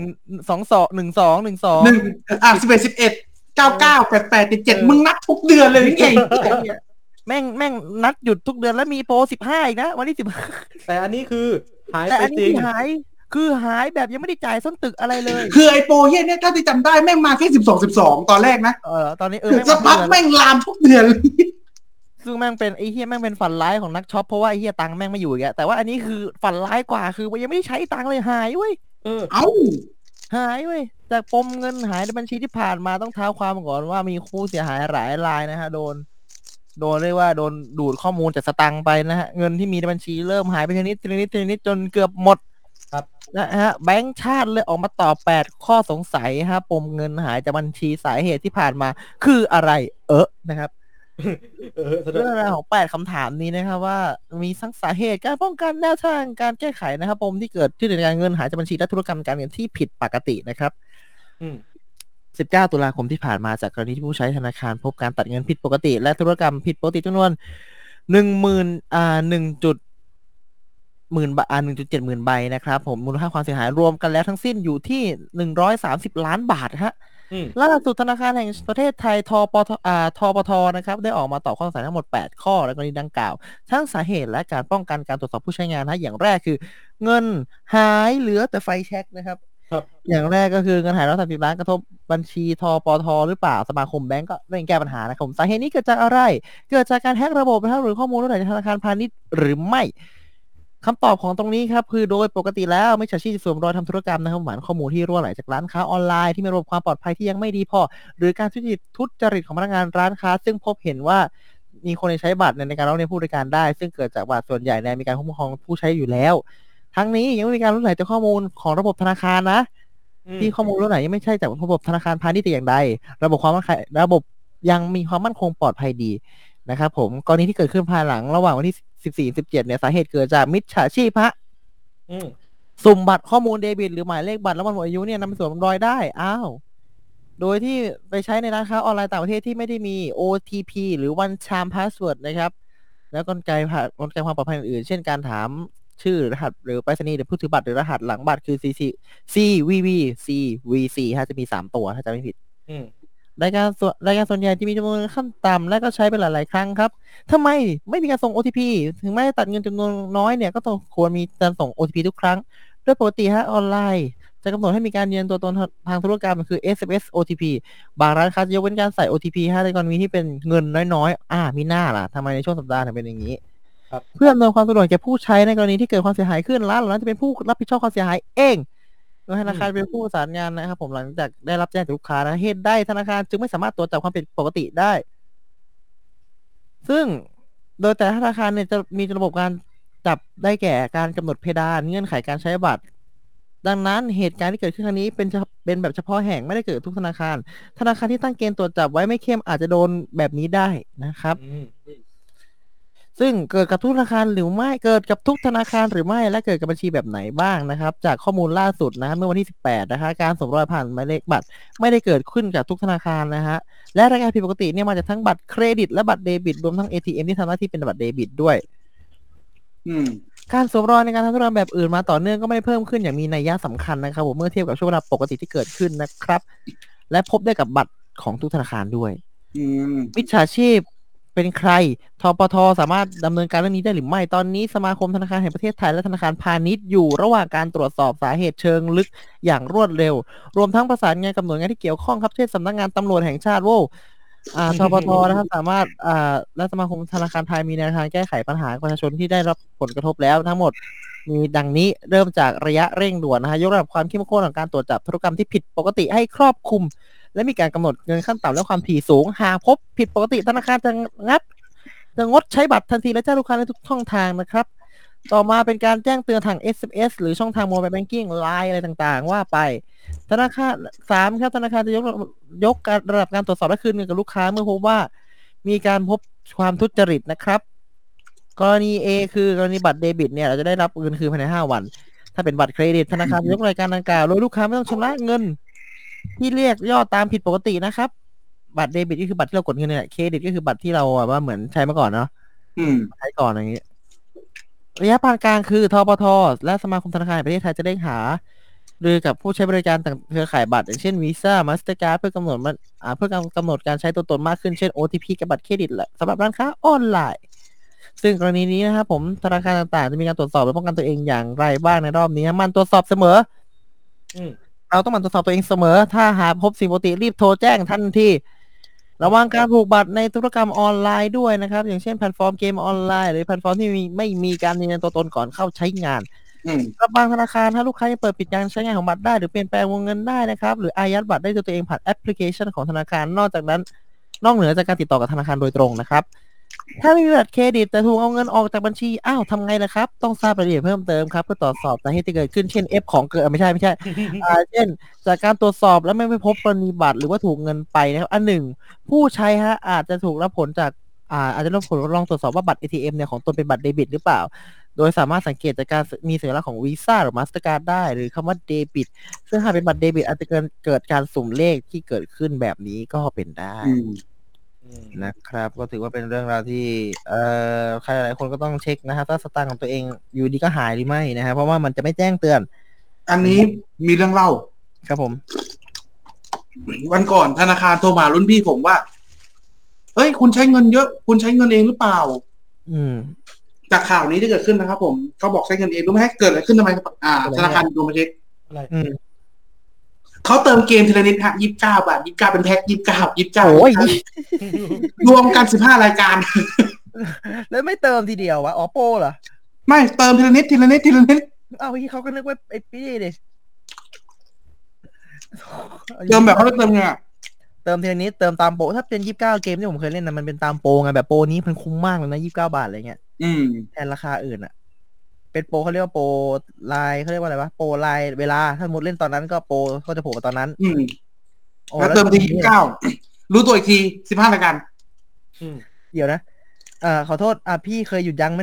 11 99 88 77มึงนัดทุกเดือนเลยไงแม่งนัดหยุดทุกเดือนแล้วมีโปร15อีกนะวันที่ 15แต่อันนี้คือหายไปจริงหายแบบยังไม่ได้จ่ายส้นตึกอะไรเลยคือไอโปรเฮียเนี่ยถ้าที่จำได้แม่งมาแค่12ตอนแรกนะตอนนี้สักพักแม่งลามทุกเดือนซึ่งแม่งเป็นไอ้เหี้ยแม่งเป็นฝันร้ายของนักช็อปเพราะว่าไอ้เหี้ยตังค์แม่งไม่อยู่อีกแต่ว่าอันนี้คือฝันร้ายกว่าคือยังไม่ได้ใช้ตังค์เลยหายเว้ยเอ้าหายเว้ยจากปมเงินหายในบัญชีที่ผ่านมาต้องเท้าความก่อนว่ามีผู้เสียหายหลายรายนะฮะโดนเรียกว่าโดนดูดข้อมูลจากสตังค์ไปนะฮะเงินที่มีในบัญชีเริ่มหายไปทีละนิดจนเกือบหมดครับนะฮะแบงก์ชาติเลยออกมาตอบ8ข้อสงสัยฮะปมเงินหายจากบัญชีสาเหตุที่ผ่านมาคืออะไรนะครับเรื่องราวของ8คำถามนี้นะครับว่ามีทั้งสาเหตุการป้องกันแนวทางการแก้ไขนะครับปมที่เกิดที่ในการเงินหายจากบัญชีและธุรกรรมการเงินที่ผิดปกตินะครับ19 ตุลาคมที่ผ่านมาจากกรณีที่ผู้ใช้ธนาคารพบการตัดเงินผิดปกติและธุรกรรมผิดปกติจำนวน1.7 หมื่นใบนะครับผมมูลค่าความเสียหายรวมกันแล้วทั้งสิ้นอยู่ที่130 ล้านบาทฮะล่าสุดธนาคารแห่งประเทศไทยทปทนะครับได้ออกมาตอบข้อสงสัยทั้งหมด8ข้อในกรณีดังกล่าวทั้งสาเหตุและการป้องกันการตรวจสอบผู้ใช้งานนะอย่างแรกคือเงินหายเหลือแต่ไฟแช็กนะครับอย่างแรกก็คือเงินหาย130 ล้านกระทบบัญชีทปทหรือเปล่าสมาคมแบงก์ก็เร่งแก้ปัญหานะครับสาเหตุนี้เกิดจากอะไรเกิดจากการแฮกระบบนะครับหรือข้อมูลรั่วไหลจากธนาคารพาณิชย์หรือไม่คำตอบของตรงนี้ครับคือโดยปกติแล้วมิจฉาชีพจะสวมรอยทำธุรกรรมนะครับหมายข้อมูลที่รั่วไหลจากร้านค้าออนไลน์ที่มีระบบความปลอดภัยที่ยังไม่ดีพอหรือการทุจริตของพนักงานร้านค้าซึ่งพบเห็นว่ามีคนใช้บัตรในการร้องเรียนผู้บริการได้ซึ่งเกิดจากบัตรส่วนใหญ่ในมีการคุ้มครองผู้ใช้อยู่แล้วทั้งนี้ยังไม่มีการรั่วไหลจากข้อมูลของระบบธนาคารนะที่ข้อมูลรั่วไหลยังไม่ใช่จากระบบธนาคารพาณิชย์แต่อย่างใดระบบยังมีความมั่นคงปลอดภัยดีนะครับผมกรณีที่เกิดขึ้นภายหลังระหว่างวันที่14-17เนี่ยสาเหตุเกิดจากมิจฉาชีพสุ่มบัตรข้อมูลเดบิตหรือหมายเลขบัตรแล้ววันหมดอายุเนี่ยนำไปสวมรอยได้โดยที่ไปใช้ในร้านค้าออนไลน์ต่างประเทศที่ไม่ได้มี OTP หรือ One Time Password นะครับแล้วกลไกความปลอดภัยอื่นๆเช่นการถามชื่อรหัสหรือไปรษณีย์หรือผู้ถือบัตรหรือรหัสหลังบัตรคือ CVV ฮะจะมี3ตัวถ้าจำไม่ผิดรายการส่วนใหญ่ที่มีจำนวนขั้นต่ำและก็ใช้ไปหลายๆครั้งครับทำไมไม่มีการส่ง OTP ถึงแม้ตัดเงินจำนวนน้อยเนี่ยก็ต้องควรมีการส่ง OTP ทุกครั้งโดยปกติฮะออนไลน์จะกำหนดให้มีการยืนยันตัวตนทางธุรกรรมคือ SMS OTP บางร้านค้าจะยกเว้นการใส่ OTP ในกรณีที่เป็นเงินน้อยๆมีหน้าล่ะทำไมในช่วงสัปดาห์ถึงเป็นอย่างนี้เพื่ออำนวยความสะดวกแก่ผู้ใช้ในกรณีที่เกิดความเสียหายขึ้นร้านเหล่านั้นจะเป็นผู้รับผิดชอบความเสียหายเองโดยธนาคารเป็นผู้ประสานงานนะครับผมหลังจากได้รับแจ้งจากลูกค้านะเหตุใดธนาคารจึงไม่สามารถตรวจจับความผิดปกติได้ซึ่งโดยแต่ธนาคารเนี่ยจะมีระบบการจับได้แก่การกำหนดเพดานเงื่อนไขการใช้บัตรดังนั้นเหตุการณ์ที่เกิดขึ้นครั้งนี้เป็นแบบเฉพาะแห่งไม่ได้เกิดทุกธนาคารที่ตั้งเกณฑ์ตรวจจับไว้ไม่เข้มอาจจะโดนแบบนี้ได้นะครับซึ่งเกิดกับทุกธนาคารหรือไม่เกิดกับทุกธนาคารหรือไม่และเกิดกับบัญชีแบบไหนบ้างนะครับจากข้อมูลล่าสุดนะฮะเมื่อวันที่18นะคะการสวมรอยผ่านหมายเลขบัตรไม่ได้เกิดขึ้นกับทุกธนาคารนะฮะและรายการผิดปกติเนี่ยมาจากทั้งบัตรเครดิตและบัตรเดบิตรวมทั้ง ATM ที่ทำหน้าที่เป็นบัตรเดบิตด้วยการสวมรอยในการทำธุรกรรมแบบอื่นมาต่อเนื่องก็ไม่ได้เพิ่มขึ้นอย่างมีนัยยะสำคัญนะครับผมเมื่อเทียบกับช่วงเวลาปกติที่เกิดขึ้นนะครับและพบได้กับบัตรของทุกธนาคารด้วยมิจฉาชีพเป็นใครทปท.สามารถดำเนินการเรื่องนี้ได้หรือไม่ตอนนี้สมาคมธนาคารแห่งประเทศไทยและธนาคารพาณิชย์อยู่ระหว่างการตรวจสอบสาเหตุเชิงลึกอย่างรวดเร็วรวมทั้งประสานงานกับหน่วยงานที่เกี่ยวข้องครับเช่นสำนักงานตำรวจแห่งชาติทปท.นะครับสามารถและสมาคมธนาคารไทยมีแนวทางแก้ไขปัญหาประชาชนที่ได้รับผลกระทบแล้วทั้งหมดมีดังนี้เริ่มจากระยะเร่งด่วนนะฮะยกระดับความเข้มข้นของการตรวจจับธุรกรรมที่ผิดปกติให้ครอบคลุมและมีการกำหนดเงินขั้นต่ำและความถี่สูงหากพบผิดปกติธนาคารจะงดใช้บัตรทันทีและแจ้งลูกค้าในทุกช่องทางนะครับต่อมาเป็นการแจ้งเตือนทาง SMS หรือช่องทางโมบายแบงกิ้งไลน์อะไรต่างๆว่าไปธนาคาร3ครับธนาคารจะยกระดับการตรวจสอบและคืนเงินกับลูกค้าเมื่อพบว่ามีการพบความทุจริตนะครับกรณี A คือกรณีบัตรเดบิตเนี่ยเราจะได้รับเงินคืนภายใน5 วันถ้าเป็นบัตรเครดิตธนาคารจะยกรายการดังกล่าวโดยลูกค้าไม่ต้องชำระเงินที่เรียกยอดตามผิดปกตินะครับบัตรเดบิตก็คือบัตรที่เรากดเงินเนี่ยเครดิตก็คือบัตรที่เราว่าเหมือนใช้มาก่อนเนาะใช้ก่อนอย่างนี้ระยะปานกลางคือทปท.และสมาคมธนาคารแห่งประเทศไทยจะได้หาหรือกับผู้ใช้บริการต่างเครือข่ายบัตรอย่างเช่น Visa Mastercard เพื่อกำหนดการใช้ตัวตนมากขึ้นเช่น OTP กับบัตรเครดิตและสำหรับร้านค้าออนไลน์ซึ่งกรณีนี้นะครับผมธนาคารต่างๆจะมีการตรวจสอบและป้องกันตัวเองอย่างไรบ้างในรอบนี้มันตรวจสอบเสมอเราต้องมันตรวจสอบตัวเองเสมอถ้าหากพบสิ่งปกติรีบโทรแจ้งทันทีระวังการผูกบัตรในธุรกรรมออนไลน์ด้วยนะครับอย่างเช่นแพลตฟอร์มเกมออนไลน์หรือแพลตฟอร์มที่ไม่มีการยืนยันตัวตนก่อนเข้าใช้งานกับบางธนาคารถ้าลูกค้ายังเปิดปิดการใช้งานของบัตรได้หรือเปลี่ยนแปลงวงเงินได้นะครับหรืออายัดบัตรได้ด้วยตัวเองผ่านแอปพลิเคชันของธนาคารนอกเหนือจากการติดต่อกับธนาคารโดยตรงนะครับถ้าไม่มีบัตรเครดิตแต่ถูกเอาเงินออกจากบัญชีทำไงล่ะครับต้องทราบรายละเอียดเพิ่มเติมครับเพื่อตรวจสอบสาเหตุที่เกิดขึ้นเช่น F ของเกิดไม่ใช่ เช่นจากการตรวจสอบแล้วไม่พบกรณีบัตรหรือว่าถูกเงินไปนะครับอันหนึ่งผู้ใช้อาจจะถูกรับผลจากอาจจะรับผลลองตรวจสอบว่าบัตร ATM เนี่ยของตนเป็นบัตรเดบิตหรือเปล่าโดยสามารถสังเกตจากการมีสัญลักษณ์ของวีซ่าหรือมาสเตอร์การ์ดได้หรือคำว่าเดบิตซึ่งหากเป็นบัตรเดบิตอาจจะเกิดการสุ่มเลขที่เกิดขึ้นแบบนี้ก็เป็นได้นะครับก็ถือว่าเป็นเรื่องราวที่ใครหลายคนก็ต้องเช็คนะครับถ้าสตางค์ของตัวเองอยู่ดีก็หายหรือไม่นะครับเพราะว่ามันจะไม่แจ้งเตือนอันนี้มีเรื่องเล่าครับผมวันก่อนธนาคารโทรมารุ่นพี่ผมว่าเฮ้ยคุณใช้เงินเยอะคุณใช้เงินเองหรือเปล่าจากข่าวนี้ที่เกิดขึ้นนะครับผมเขาบอกใช้เงินเองรู้ไหมเกิดอะไรขึ้นทำไมธนาคารโทรมาเช็คอะไรเขาเติมเกมทีละนิดฮะ29 บาท29เป็นแพ็ค29 โอ้ยรวมกัน15 รายการแล้วไม่เติมทีเดียววะโปเหรอไม่เติมทีละนิดพี่เขาก็นึกว่าไอ้พี่ดิเติมแบบเขาเติมไงเติมทีละนิดเติมตามโปรถ้าเป็น29เกมที่ผมเคยเล่นนะมันเป็นตามโปรไงแบบโปรนี้มันคุ้มมากเลยนะ29 บาทอะไรเงี้ยแทนราคาอื่นอ่ะเป็นโปรเขาเรียกว่าโปรไลน์เขาเรียกว่าอะไรวะโปรไลน์เวลาถ้าสมมติเล่นตอนนั้นก็โปรก็จะโผล่มาตอนนั้นแล้วเติมที29รู้ตัวอีกที15 รายการเดี๋ยวนะขอโทษพี่เคยหยุดยั้งไหม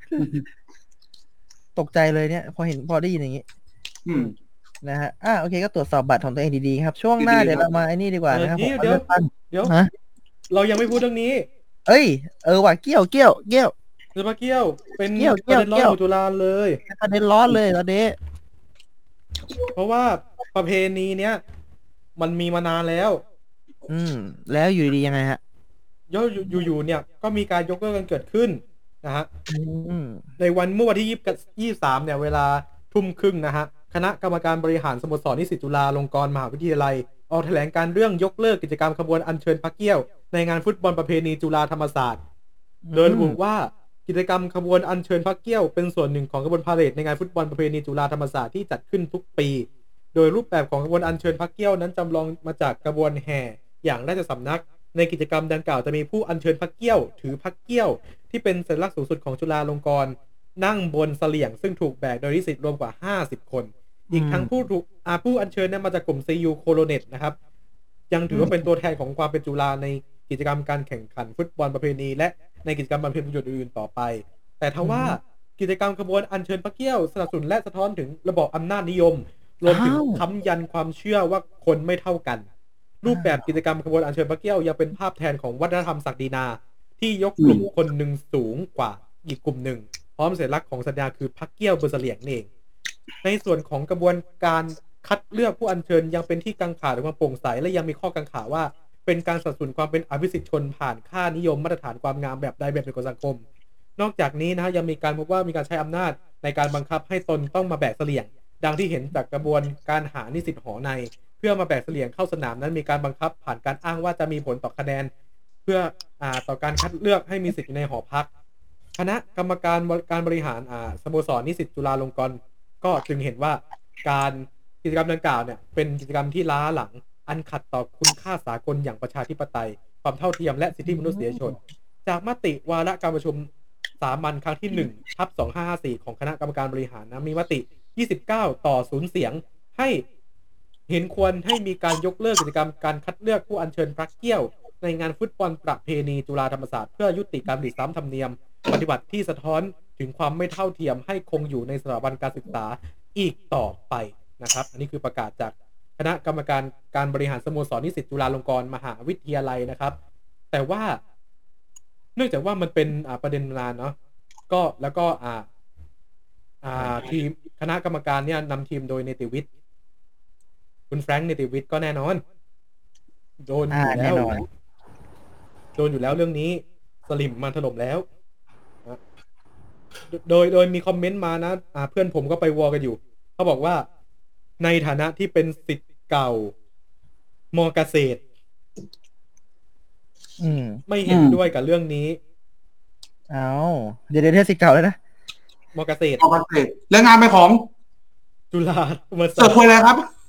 ตกใจเลยเนี่ยพอได้ยินอย่างนี้นะฮะโอเคก็ตรวจสอบบัตรของตัวเองดีๆครับช่วงหน้าเดี๋ยวเรามาไอ้นี่ดีกว่านะครับเดี๋ยวเรายังไม่พูดเรื่องนี้ว่ะเกี้ยวจะมาเกี้ยวเป็นประเด็นร้อนของตุลาเลยประเด็นร้อนเลยตอนนี้เพราะว่าประเพณีเนี้ยมันมีมานานแล้วแล้วอยู่ดียังไงฮะอยู่เนี่ยก็มีการยกเลิกกันเกิดขึ้นนะฮะในวันเมื่อวันที่23เนี่ยเวลา 20:30 นะฮะคณะกรรมการบริหารสโมสรนิสิตจุฬาลงกรณ์มหาวิทยาลัยออกแถลงการเรื่องยกเลิกกิจกรรมขบวนอัญเชิญพระเกี้ยวในงานฟุตบอลประเพณีจุฬาธรรมศาสตร์โดยระบุว่ากิจกรรมขบวนอัญเชิญพระเกี้ยวเป็นส่วนหนึ่งของขบวนพาเหรดในงานฟุตบอลประเพณีจุฬาธรรมศาสตร์ที่จัดขึ้นทุกปีโดยรูปแบบของขบวนอัญเชิญพระเกี้ยวนั้นจำลองมาจากขบวนแห่อย่างราชสำนักในกิจกรรมดังกล่าวจะมีผู้อัญเชิญพระเกี้ยวถือพระเกี้ยวที่เป็นสัญลักษณ์สูงสุดของจุฬาลงกรณ์นั่งบนเสลี่ยงซึ่งถูกแบกโดยนิสิตรวมกว่า50คนอีกทั้งผู้อัญเชิญนั้นมาจากกลุ่ม CU Coronet นะครับยังถือว่าเป็นตัวแทนของความเป็นจุฬาในกิจกรรมการแข่งขันฟุตบอลประเพณีและในกิจกรรมบำเพ็ญประโยชน์อื่นต่อไปแต่ทว่ากิจกรรมขบวนอัญเชิญพระเกี้ยวสนับสนุนและสะท้อนถึงระบอบอำนาจนิยมรวมถึงค้ำยันความเชื่อว่าคนไม่เท่ากันรูปแบบกิจกรรมขบวนอัญเชิญพระเกี้ยวยังเป็นภาพแทนของวัฒนธรรมศักดินาที่ยกกลุ่มคนหนึ่งสูงกว่าอีกกลุ่มหนึ่งพร้อมสัญลักษณ์ของสัญญาคือพระเกี้ยวบนเสลี่ยงเองในส่วนของกระบวนการคัดเลือกผู้อัญเชิญยังเป็นที่กังขาถึงความโปร่งใสและยังมีข้อกังขาว่าเป็นการสนับสนุนความเป็นอภิสิทธิชนผ่านค่านิยมมาตรฐานความงามแบบใดแบบหนึ่งของสังคมนอกจากนี้นะยังมีการพบว่ามีการใช้อำนาจในการบังคับให้ตนต้องมาแบกเสลี่ยงดังที่เห็นจากกระบวนการหานิสิตหอในเพื่อมาแบกเสลี่ยงเข้าสนามนั้นมีการบังคับผ่านการอ้างว่าจะมีผลต่อคะแนนเพื่อต่อการคัดเลือกให้มีสิทธิ์อยู่ในหอพักคณะกรรมการบริหารสโมสรนิสิตจุฬาลงกรณ์ก็จึงเห็นว่าการกิจกรรมดังกล่าวเนี่ยเป็นกิจกรรมที่ล้าหลังอันขัดต่อคุณค่าสากลอย่างประชาธิปไตยความเท่าเทียมและสิทธิมนุษยชนจากมติวาระการประชุมสามัญครั้งที่ 1/2554 ของคณะกรรมการบริหารนะมีมติ29-0 เสียงให้เห็นควรให้มีการยกเลิกกิจกรรมการคัดเลือกผู้อัญเชิญพระเกี้ยวในงานฟุตบอลประเพณีจุฬาธรรมศาสตร์เพื่อยุติการผลิตซ้ำธรรมเนียมปฏิบัติที่สะท้อนถึงความไม่เท่าเทียมให้คงอยู่ในสถาบันการศึกษาอีกต่อไปนะครับอันนี้คือประกาศจากคณะกรรมการการบริหารสโมสรนิสิตจุฬาลงกรณ์มหาวิทยาลัยนะครับแต่ว่าเนื่องจากว่ามันเป็นประเด็นนานเนาะก็แล้วก็ทีมคณะกรรมการเนี่ยนำทีมโดยเนติวิทย์คุณแฟรงค์เนติวิทย์ก็แน่นอนโดนอยู่แล้วเรื่องนี้สลิมมาถล่มแล้วโดยมีคอมเมนต์มานะเพื่อนผมก็ไปวอกันอยู่เขาบอกว่าในฐานะที่เป็นศิษย์เก่าม.เกษตรไม่เห็นด้วยกับเรื่องนี้เอาเดี๋ยวเทศสิทธิ์เก่าเลยนะมอเกษตรออกมาเสร็จแล้วงานเป็นของจุฬาธรรมเสิศาร์สฟตร์คุยอะไรครับ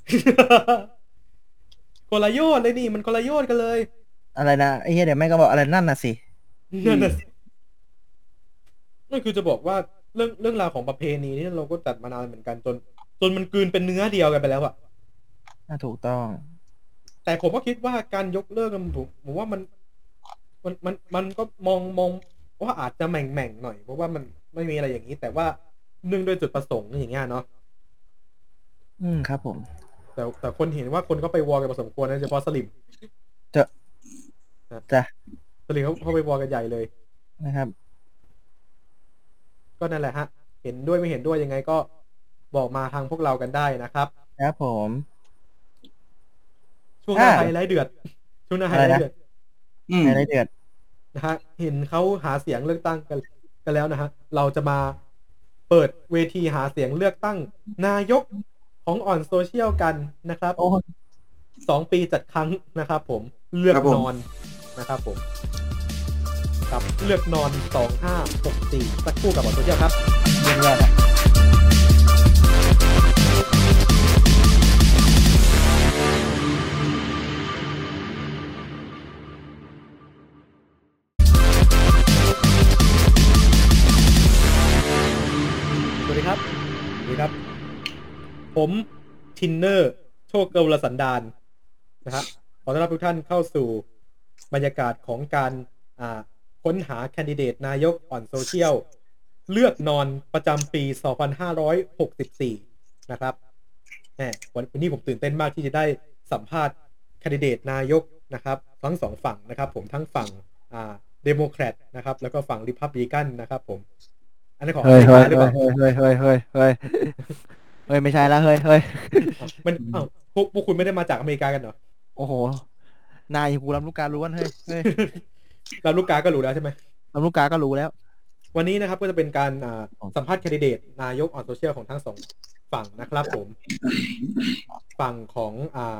คนละโยชน์เลยนี่มันคนละโยชน์กันเลยอะไรนะไอ้เหี้ยเดี๋ยวแม่งก็บอกอะไรนั่นน่ะสินั่นน่ะสินั่นคือจะบอกว่าเรื่องราวของประเพณีนี่เราก็จัดมานานเหมือนกันจนมันกลืนเป็นเนื้อเดียวกันไปแล้วอะถูกต้องแต่ผมก็คิดว่าการยกเลิกมันผมว่ามันก็มองว่าอาจจะแหม่งหน่อยเพราะว่ามันไม่มีอะไรอย่างนี้ แต่ว่าเนื่องด้วยจุดประสงค์อย่างเงี้ยเนาะครับผมแต่คนเห็นว่าคนก็ไปวอลกันพอสมควรนะเฉพาะสลิมจ้ะสลิมเขาไปวอลกันใหญ่เลยนะครับก็นั่นแหละฮะเห็นด้วยไม่เห็นด้วยยังไงก็บอกมาทางพวกเรากันได้นะครับครับผมช่วงหน้าไฮไลท์เดือดช่วงหน้าไฮไลท์เดือดอะไรเดือดนะฮะเห็นเขาหาเสียงเลือกตั้งกันแล้วนะฮะเราจะมาเปิดเวทีหาเสียงเลือกตั้งนายกของอ่อนโซเชียลกันนะครับ 2 ปีจัดครั้งนะครับผมเลือกนอนนะครับผมกับเลือกนอน2564สักครู่กับอ่อนโซเชียลครับเรื่องแรกอะสวัสดีครับผมทินเนอร์โชคกลสันดานนะฮะขอต้อนรับทุกท่านเข้าสู่บรรยากาศของการค้นหาแคนดิเดตนายกอ่อนโซเชียลเลือกนอนประจำปี 2564 นะครับวันนี้ผมตื่นเต้นมากที่จะได้สัมภาษณ์แคนดิเดตนายกนะครับทั้งสองฝั่งนะครับผมทั้งฝั่งเดโมแครตนะครับแล้วก็ฝั่งริพับลิกันนะครับผมอันนี้ของอเมริกาหรือเปล่าเฮ้ยไม่ใช่แล้วเฮ้ยมันพวกคุณไม่ได้มาจากอเมริกากันเหรอโอ้โหนายกูรับลูกกาล้วนเฮ้ยเราลูกกาก็รู้แล้วใช่ไหมรับลูกกาก็รู้แล้ววันนี้นะครับก็จะเป็นการสัมภาษณ์แคนดิเดตนายกออนโซเชียลของทั้งสองฝั่งนะครับผมฝั่งของ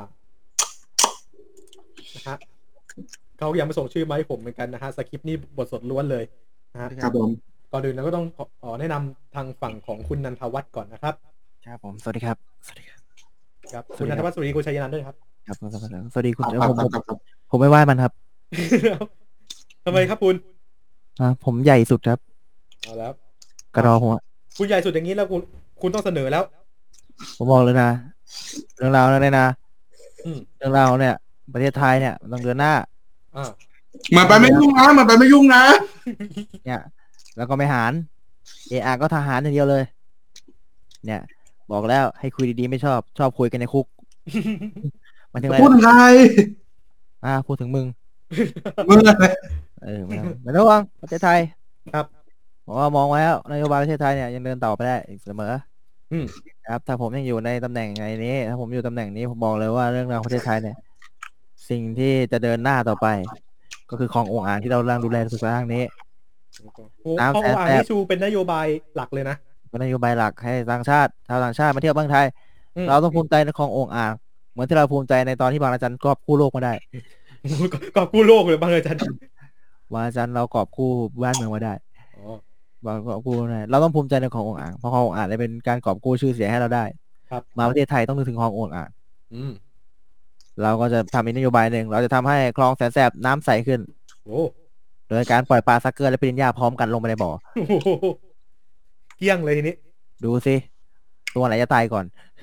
นะฮะเขายังไม่ส่งชื่อมาให้ผมเหมือนกันนะฮะสคริปต์นี่บทสดล้วนเลยนะฮะครับผมก่อนอื่นเราก็ต้องขอแนะนำทางฝั่งของคุณนันทวัฒน์ก่อนนะครับครับผมสวัสดีครับครับคุณนันทวัฒน์สวัสดีคุณชัยนันท์ด้วยครับครับสวัสดีคุณครับผมไม่ไหว้มันครับทำไมครับคุณผมใหญ่สุดครับเอาแล้วกระดอหัวคุณใหญ่สุดอย่างนี้แล้วคุณต้องเสนอแล้วผมบอกเลยนะเรื่องราวเนี่ยนะ เรื่องราวเนี่ย ประเทศไทยเนี่ยต้องเดินหน้าเหมือนไปไม่ยุ่งนะเหมือนไปไม่ยุ่งนะเนี่ยแล้วก็ไม่หารก็ทหารอย่างเดียวเลย เนี่ย บอกแล้วให้คุยดีๆไม่ชอบคุยกันในคุก มันถึงอะไรพูดถึงใครพูดถึงมึงมึงอะไรไม่ต้องห่วงประเทศไทยครับผมว่ามองไว้แล้วนโยบายประเทศไทยเนี่ยยังเดินต่อไปได้อีกเสมอ ครับถ้าผมยังอยู่ในตำแหน่งนี้ถ้าผมอยู่ตำแหน่งนี้ผมบอกเลยว่าเรื่องราวประเทศไทยเนี่ย สิ่งที่จะเดินหน้าต่อไป ก็คือคลององค์อ่างที่เรากำลังดูแลสุดท้ายนี้น้ำแสนแสบนี่ชูเป็นนโยบายหลักเลยนะเป็นนโยบายหลักให้ต่างชาติชาวต่างชาติมาเที่ยวเมืองไทยเราต้องภูมิใจในคลององค์อ่างเหมือนที่เราภูมิใจในตอนที่บางระจันกอบกู้โลกมาได้กอบกู้โลกเลยบางระจันบางระจันเรากอบกู้บ้านเมืองมาได้บางกอบกู้ได้เราต้องภูมิใจในคลององค์อ่างเพราะคลององค์อ่างเป็นการกอบกู้ชื่อเสียงให้เราได้มาประเทศไทยต้องนึกถึงคลององค์อ่างเราก็จะทำอีกนโยบายหนึ่งเราจะทำให้คลองแสนแสบน้ำใสขึ้นโดยการปล่อยปลาซักเกอร์และปริญญาพร้อมกันลงไปในบ่อเกี้ยงเลยทีนี้ดูสิตัวไหนจะตายก่อน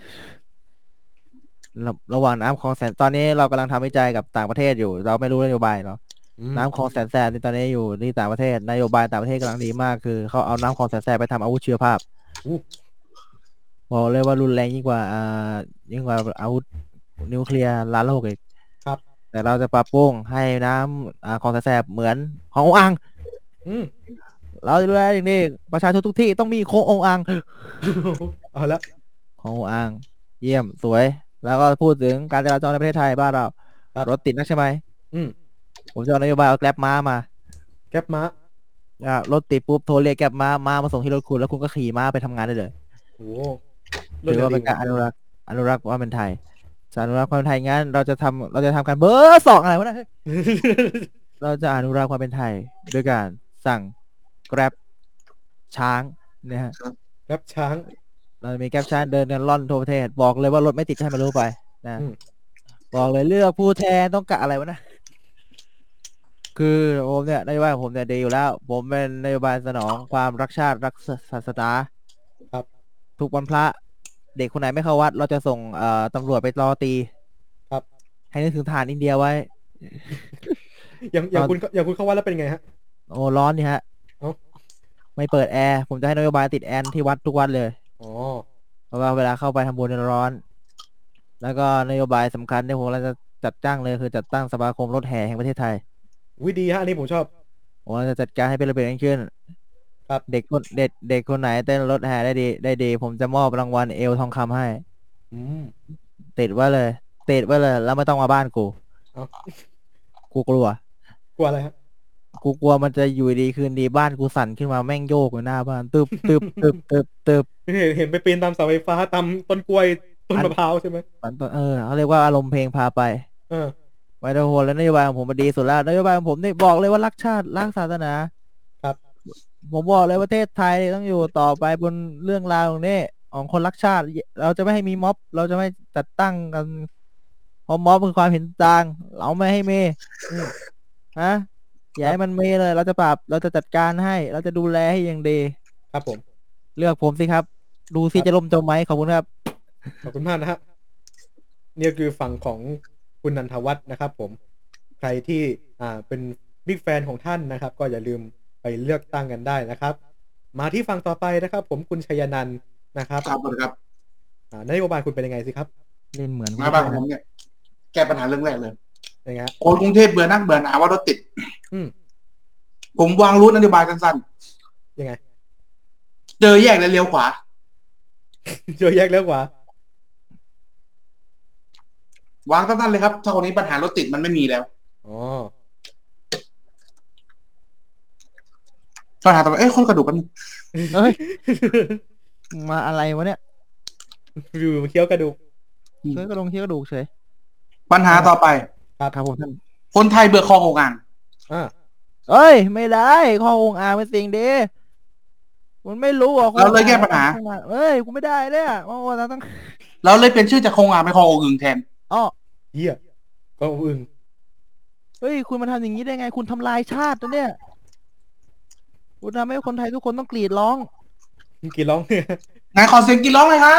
ระหว่างน้ำคลองแสนตอนนี้เรากำลังทำวิจัยกับต่างประเทศอยู่เราไม่รู้นโยบายเนาะน้ำคลองแสนแสบตอนนี้อยู่ที่ต่างประเทศนโยบายต่างประเทศกำลังดีมากคือเขาเอาน้ำคลองแสนแสบไปทำอาวุธชีวภาพบอกเลยว่ารุนแรงยิ่งกว่าอาวุธนิวเคลียร์ล้านโลกอีกครับแต่เราจะปรับปรุงให้น้ำคลองแสนแสบเหมือนขององค์อ่างเราจะดูแลอย่างนี้ประชาชนทุกที่ต้องมีโคองค์อ่างเอาละขององค์อ่างเยี่ยมสวยแล้วก็พูดถึงการจราจรในประเทศไทยบ้านเรารถติดนักใช่ไหมผมจะเอานโยบายเอาแกร็บม้ารถติดปุ๊บโทรเรียกแกร็บม้ามาส่งที่รถคุณแล้วคุณก็ขี่ม้าไปทำงานได้เลยโอ้ถือว่าเป็นการอนุรักษ์ความเป็นไทยอนุรักษ์ความเป็นไทยงั้นเราจะทำการเบอร์ 2อะไรวะเนี่ยเรเราจะอนุรักษ์ความเป็นไทยด้วยการสั่ง Grab ช้างนะฮะรับช้างเรามี Grab ช้างเดินกันล่อนทั่วประเทศบอกเลยว่ารถไม่ติดให้มันรู้ไปนะอืมบอกเลยเลือกผู้แทนต้องกะอะไรวะนะคือผมเนี่ยนโยบายของผมเนี่ยดีอยู่แล้ว ผมเป็นนโยบายสนองความรักชาติรักศาสนาครับทุกวันพระเด็กคนไหนไม่เข้าวัด เราจะส่งตำรวจไปรอตีครับให้นึกถึงทหารอินเดียไว้อย่างคุณเข้าวัดแล้วเป็นไงฮะโอ้ร้อนนี่ฮะเอ้าไม่เปิดแอร์ผมจะให้นโยบายติดแอร์ที่วัดทุกวันเลยอ๋อเพราะว่าเวลาเข้าไปทำบุญเนี่ยร้อน แล้วก็นโยบายสำคัญที่ผมเราจะจัดจ้างเลยคือจัดตั้งสมาคมรถแห่แห่งประเทศไทยวิดีฮะอันนี้ผมชอบผมจะจัดการให้เป็นระเบียบยิ่งขึ้นครับเด็กคนไหนเต้นรถแห่ได้ดี ผมจะมอบรางวัลเอลทองคำให้อืมติดไว้เลยแล้วไม่ต้องมาบ้านกูเอ้ากูกลัวกลัวอะไรฮะกูกลัวมันจะอยู่ดีคืนดีบ้านกูสั่นขึ้นมาแม่งโยกอยู่หน้าบ้านตึบตึบตึบตึบตึบเห็นไปปีนตามเสาไฟฟ้าตามต้นกล้วยต้นมะพร้าวใช่ไหมเขาเรียกว่าอารมณ์เพลงพาไปเออไว้ทุกคนแล้วนโยบายของผมมันดีสุดแล้วนโยบายของผมนี่บอกเลยว่ารักชาติรักศาสนาครับผมบอกเลยประเทศไทยต้องอยู่ต่อไปบนเรื่องราวตรงนี้ของคนรักชาติ เราจะไม่ให้มีม็อบ เราจะไม่จัดตั้งกันเพราะม็อบคือความเห็นต่าง เราไม่ให้มีฮะอย่าให้มันมีเลย เราจะปราบเราจะจัดการให้ เราจะดูแลให้อย่างดีครับผมเลือกผมสิครับ ดูสิจะล่มจมไหมขอบคุณครับขอบคุณมากนะฮะนี่คือฝั่งของคุณนันทวัฒน์นะครับผมใครที่เป็นบิ๊กแฟนของท่านนะครับ ก็อย่าลืมไปเลือกตั้งกันได้นะครับ มาที่ฝั่งต่อไปนะครับ ผมคุณชัยนันท์นะครับครับครับนโยบายคุณเป็นยังไงสิครับเล่นเหมือนนโยบายของผมเนี่ยแก้ปัญหาเรื่องแรกเลยยังไงฮะคนกรุงเทพเบื่อนักเบื่อหนาว่ารถติดอืมผมวางรูทนโยบายสั้นยังไงๆ เจอแยกแล้วเลี้ยวขวาเจอแยกแล้วกว่าวางสั้นๆเลยครับถ้าคนนี้ปัญหารถติดมันไม่มีแล้วอ๋อปัญหาต่อไปคนกระดูกกันเฮ้ยมาอะไรวะเนี่ยอยู่เคี้ยวกระดูกเฮ้ยก็ลงที่กระดูกเฉยปัญหาต่อไปครับผมท่านคนไทยเบื่อคอโองอ่างอ่าเอ้ยไม่ได้ข้อองอ่างเป็นสิ่งดีมันไม่รู้อ่ะเราเลยแก้ปัญหาเอ้ยกูไม่ได้เลยอ่ะว่าเราต้องเราเลยเปลี่ยนชื่อจากคอโองอ่างเป็นคอโองอึ่งแทนอ้อเหี้ยก็อึ้งเฮ้ยคุณมาทำอย่างนี้ได้ไง คุณทำลายชาตินะเนี่ยคุณทำให้คนไทยทุกคนต้องกรีดร้องกี่ร้องเนี่ยไหนขอเสียงกรีดร้องเลยครับ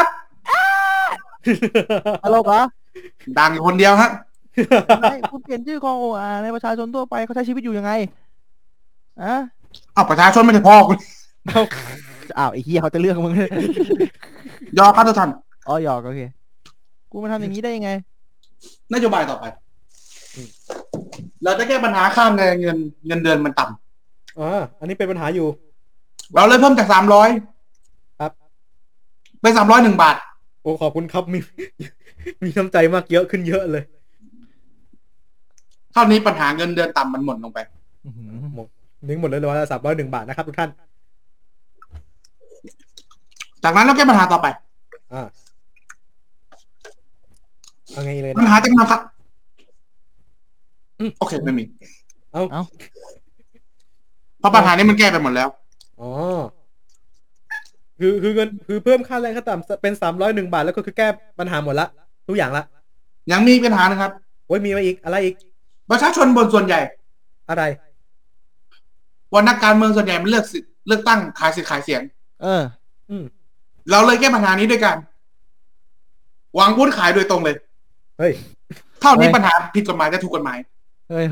ตลกเหรอดังอยู่คนเดียวฮะไม่คุณเปลี่ยนชื่อข้อองอ่างในประชาชนทั่วไปเขาใช้ชีวิตอยู่ยังไงอะเอาประชาชนไม่ใช่พ่อคุณอ้าวไอ้เหี้ยเขาจะเลือกมึงยอครับทุกท่านอ๋อหยอกโอเคกูมาทำอย่างนี้ได้ยังไงนโยบายต่อไป เราจะแก้ปัญหาค่าเงินเดือนมันต่ำอันนี้เป็นปัญหาอยู่เราเลยเพิ่มจาก300 ครับเป็น301 บาทโอ้ขอบคุณครับมี มีน้ำใจมากเยอะขึ้นเยอะเลยเท่านี้ปัญหาเงินเดือนต่ำมันหมดลงไปอื้อหือนึกหมดเลยว่า301 บาทนะครับทุกท่านจากนั้นเราแก้ปัญหาต่อไปเอาไงเลยปัญนะหาจะมาครับโอเคไม่มีเอาเพราะปัญหานี้มันแก้ไปหมดแล้วอ๋อคือเงินคือเพิ่มค่าแรงขั้นต่ำเป็น301 บาทแล้วก็คือแก้ปัญหาหมดละทุกอย่างละยังมีปัญหานะครับโอ้ยมีมาอีกอะไรอีกประชาชนบนส่วนใหญ่อะไรวันนักการเมืองส่วนใหญ่มันเลือกตั้งขายสิทธิ์ขายเสียงอืมเราเลยแก้ปัญหานี้ด้วยกันวางวุฒิขายโดยตรงเลยเฮ้ยเท่านี้ปัญหาผิดกฎหมายจะถูกกฎหมายเฮ้ย